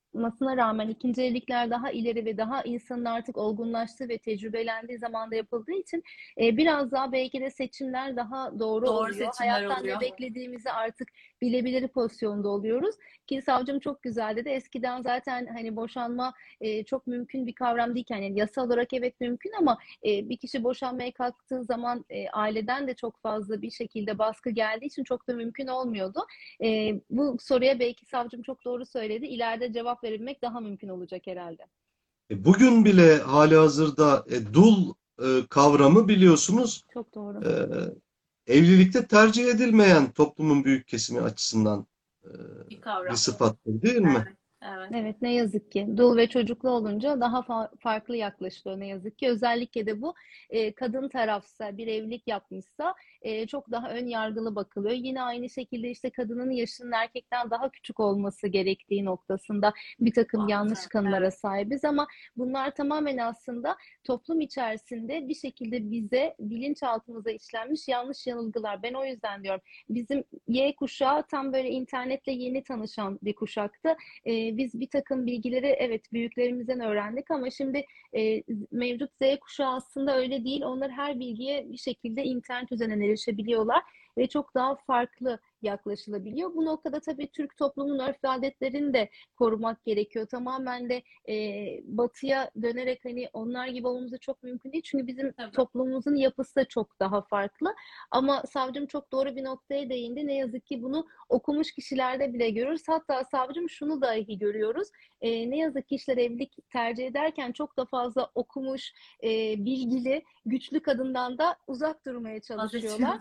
olmasına rağmen ikinci evlilikler daha ileri ve daha insanın artık olgunlaştığı ve tecrübelendiği zamanda yapıldığı için e, biraz daha belki de seçimler daha doğru Doğru oluyor. seçimler Hayattan ne oluyor. beklediğimizi artık bilebilir pozisyonda oluyoruz. Ki savcım çok güzel dedi. Eskiden zaten hani boşanma e, çok mümkün bir kavram değilken, yani yasal olarak evet mümkün ama e, bir kişi boşanmaya kalktığı zaman e, aileden de çok fazla bir şekilde baskı geldiği için çok da mümkün olmuyordu. E, bu soruya belki savcım çok doğru söyledi. İleride cevap verilmek daha mümkün olacak herhalde. E, Bugün bile halihazırda e, dul e, kavramı biliyorsunuz Çok doğru. e, evlilikte tercih edilmeyen toplumun büyük kesimi açısından e, Bir bir kavram. sıfattır, değil mi? Evet. Evet. Evet, ne yazık ki dul ve çocuklu olunca daha fa- farklı yaklaşılıyor ne yazık ki. Özellikle de bu e, kadın tarafsa bir evlilik yapmışsa e, çok daha ön yargılı bakılıyor. Yine aynı şekilde işte kadının yaşının erkekten daha küçük olması gerektiği noktasında bir takım yanlış Evet. kanılara sahibiz ama bunlar tamamen aslında toplum içerisinde bir şekilde bize bilinçaltımıza işlenmiş yanlış yanılgılar. Ben o yüzden diyorum, bizim Y kuşağı tam böyle internetle yeni tanışan bir kuşaktı. E, biz bir takım bilgileri evet büyüklerimizden öğrendik ama şimdi e, mevcut Z kuşağı aslında öyle değil. Onlar her bilgiye bir şekilde internet üzerinden erişebiliyorlar ve çok daha farklı yaklaşılabiliyor. Bu noktada tabii Türk toplumunun örf ve adetlerini de korumak gerekiyor. Tamamen de e, batıya dönerek hani onlar gibi olmamız da çok mümkün değil. Çünkü bizim Tabii. toplumumuzun yapısı da çok daha farklı. Ama savcım çok doğru bir noktaya değindi. Ne yazık ki bunu okumuş kişilerde bile görürüz. Hatta savcım şunu dahi görüyoruz. E, ne yazık ki işler evlilik tercih ederken çok da fazla okumuş, e, bilgili, güçlü kadından da uzak durmaya çalışıyorlar.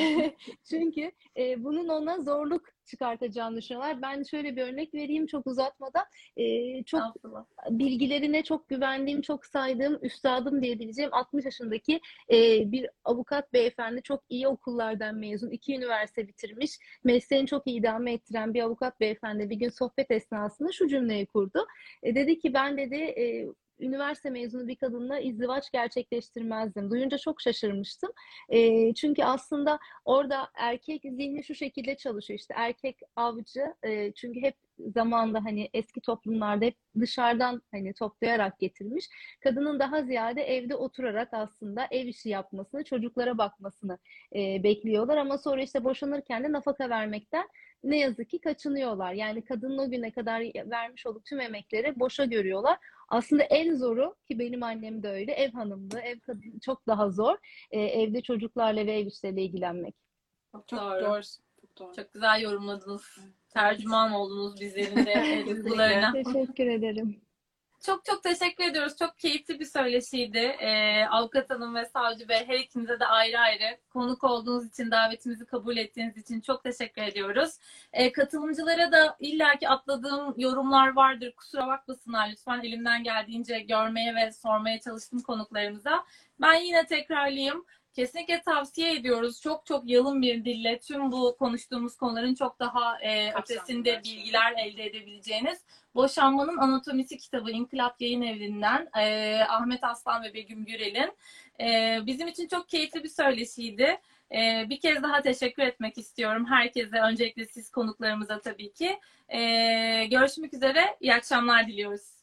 Çünkü e, bunun ona zorluk çıkartacağını düşünüyorlar. Ben şöyle bir örnek vereyim çok uzatmadan. E, çok Estağfurullah. bilgilerine çok güvendiğim, çok saydığım, üstadım diyebileceğim altmış yaşındaki e, bir avukat beyefendi, çok iyi okullardan mezun, iki üniversite bitirmiş, mesleğini çok iyi idame ettiren bir avukat beyefendi bir gün sohbet esnasında şu cümleyi kurdu. E, dedi ki ben dedi e, üniversite mezunu bir kadınla izdivaç gerçekleştirmezdim. Duyunca çok şaşırmıştım. E, çünkü aslında orada erkek zihni şu şekilde çalışıyor. İşte erkek avcı, e, çünkü hep zamanda hani eski toplumlarda hep dışarıdan hani toplayarak getirmiş. Kadının daha ziyade evde oturarak aslında ev işi yapmasını, çocuklara bakmasını e, bekliyorlar ama sonra işte boşanırken de nafaka vermekten ne yazık ki kaçınıyorlar. Yani kadının o güne kadar vermiş olduğu tüm emekleri boşa görüyorlar. Aslında en zoru, ki benim annem de öyle, ev hanımlığı, ev kadını çok daha zor. E, evde çocuklarla ve ev işleriyle ilgilenmek. Çok Çok doğru. doğru. Çok doğru. Çok güzel yorumladınız. Tercüman oldunuz bizlerin de e, duygularına. Teşekkür ederim. Çok çok teşekkür ediyoruz. Çok keyifli bir söyleşiydi. Ee, Avukat Hanım ve Savcı Bey, her ikinize de ayrı ayrı konuk olduğunuz için, davetimizi kabul ettiğiniz için çok teşekkür ediyoruz. Ee, katılımcılara da illaki atladığım yorumlar vardır. Kusura bakmasınlar lütfen, elimden geldiğince görmeye ve sormaya çalıştım konuklarımıza. Ben yine tekrarlayayım. Kesinlikle tavsiye ediyoruz. Çok çok yalın bir dille tüm bu konuştuğumuz konuların çok daha e, ötesinde bilgiler elde edebileceğiniz Boşanmanın Anatomisi kitabı İnkılap Yayın Evi'nden e, Ahmet Aslan ve Begüm Gürel'in. E, bizim için çok keyifli bir söyleşiydi. E, bir kez daha teşekkür etmek istiyorum herkese. Öncelikle siz konuklarımıza tabii ki. E, görüşmek üzere. İyi akşamlar diliyoruz.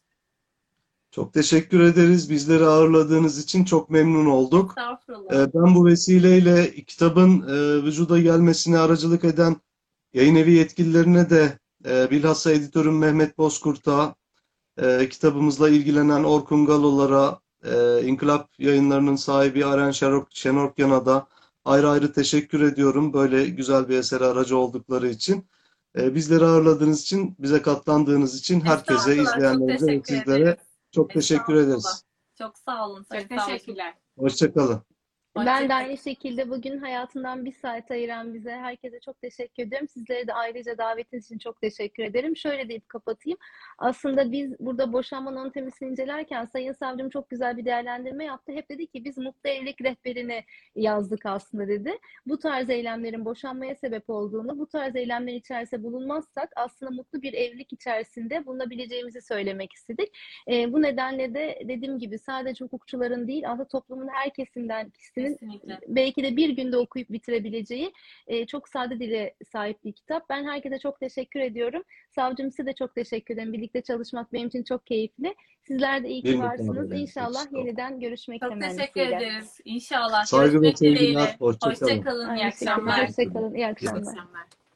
Çok teşekkür ederiz. Bizleri ağırladığınız için çok memnun olduk. Estağfurullah. Ee, Ben bu vesileyle kitabın e, vücuda gelmesine aracılık eden yayın evi yetkililerine de e, bilhassa editörüm Mehmet Bozkurt'a, e, kitabımızla ilgilenen Orkun Galolar'a, e, İnkılap Yayınları'nın sahibi Aren Şenok, Şenokyan'a da ayrı ayrı teşekkür ediyorum. Böyle güzel bir esere aracı oldukları için. E, bizleri ağırladığınız için, bize katlandığınız için herkese, Estağfurullah. Çok izleyenlerimize ve teşekkür sizlere ederiz. çok teşekkür Estağfurullah. ederiz. Çok sağ olun. Sayın Çok Savcı. teşekkürler. Hoşça kalın. Ben de Hoşçakalın. aynı şekilde bugün hayatından bir saat ayıran bize, herkese çok teşekkür ediyorum. Sizlere de ayrıca davetiniz için çok teşekkür ederim. Şöyle deyip kapatayım. Aslında biz burada boşanma anatomisini incelerken Sayın Savcım çok güzel bir değerlendirme yaptı. Hep dedi ki biz mutlu evlilik rehberini yazdık aslında dedi. Bu tarz eylemlerin boşanmaya sebep olduğunu, bu tarz eylemler içerisinde bulunmazsak aslında mutlu bir evlilik içerisinde bulunabileceğimizi söylemek istedik. E, bu nedenle de dediğim gibi sadece hukukçuların değil, aslında toplumun her kesimden, birisinin Kesinlikle. belki de bir günde okuyup bitirebileceği e, çok sade dile sahip bir kitap. Ben herkese çok teşekkür ediyorum. Savcım, size de çok teşekkür ederim. Birlikte çalışmak benim için çok keyifli. Sizler de iyi ki Benim de varsınız. kahvelerinizi İnşallah içtim. yeniden görüşmek Çok teşekkür temennisiyle. ederiz. İnşallah. Saygı ve Görüşmek dileğiyle. sevgiler. Hoşça kalın. Hoşça kalın. İyi Aynı şekilde. akşamlar. Hoşça kalın. İyi İyi akşamlar. akşamlar.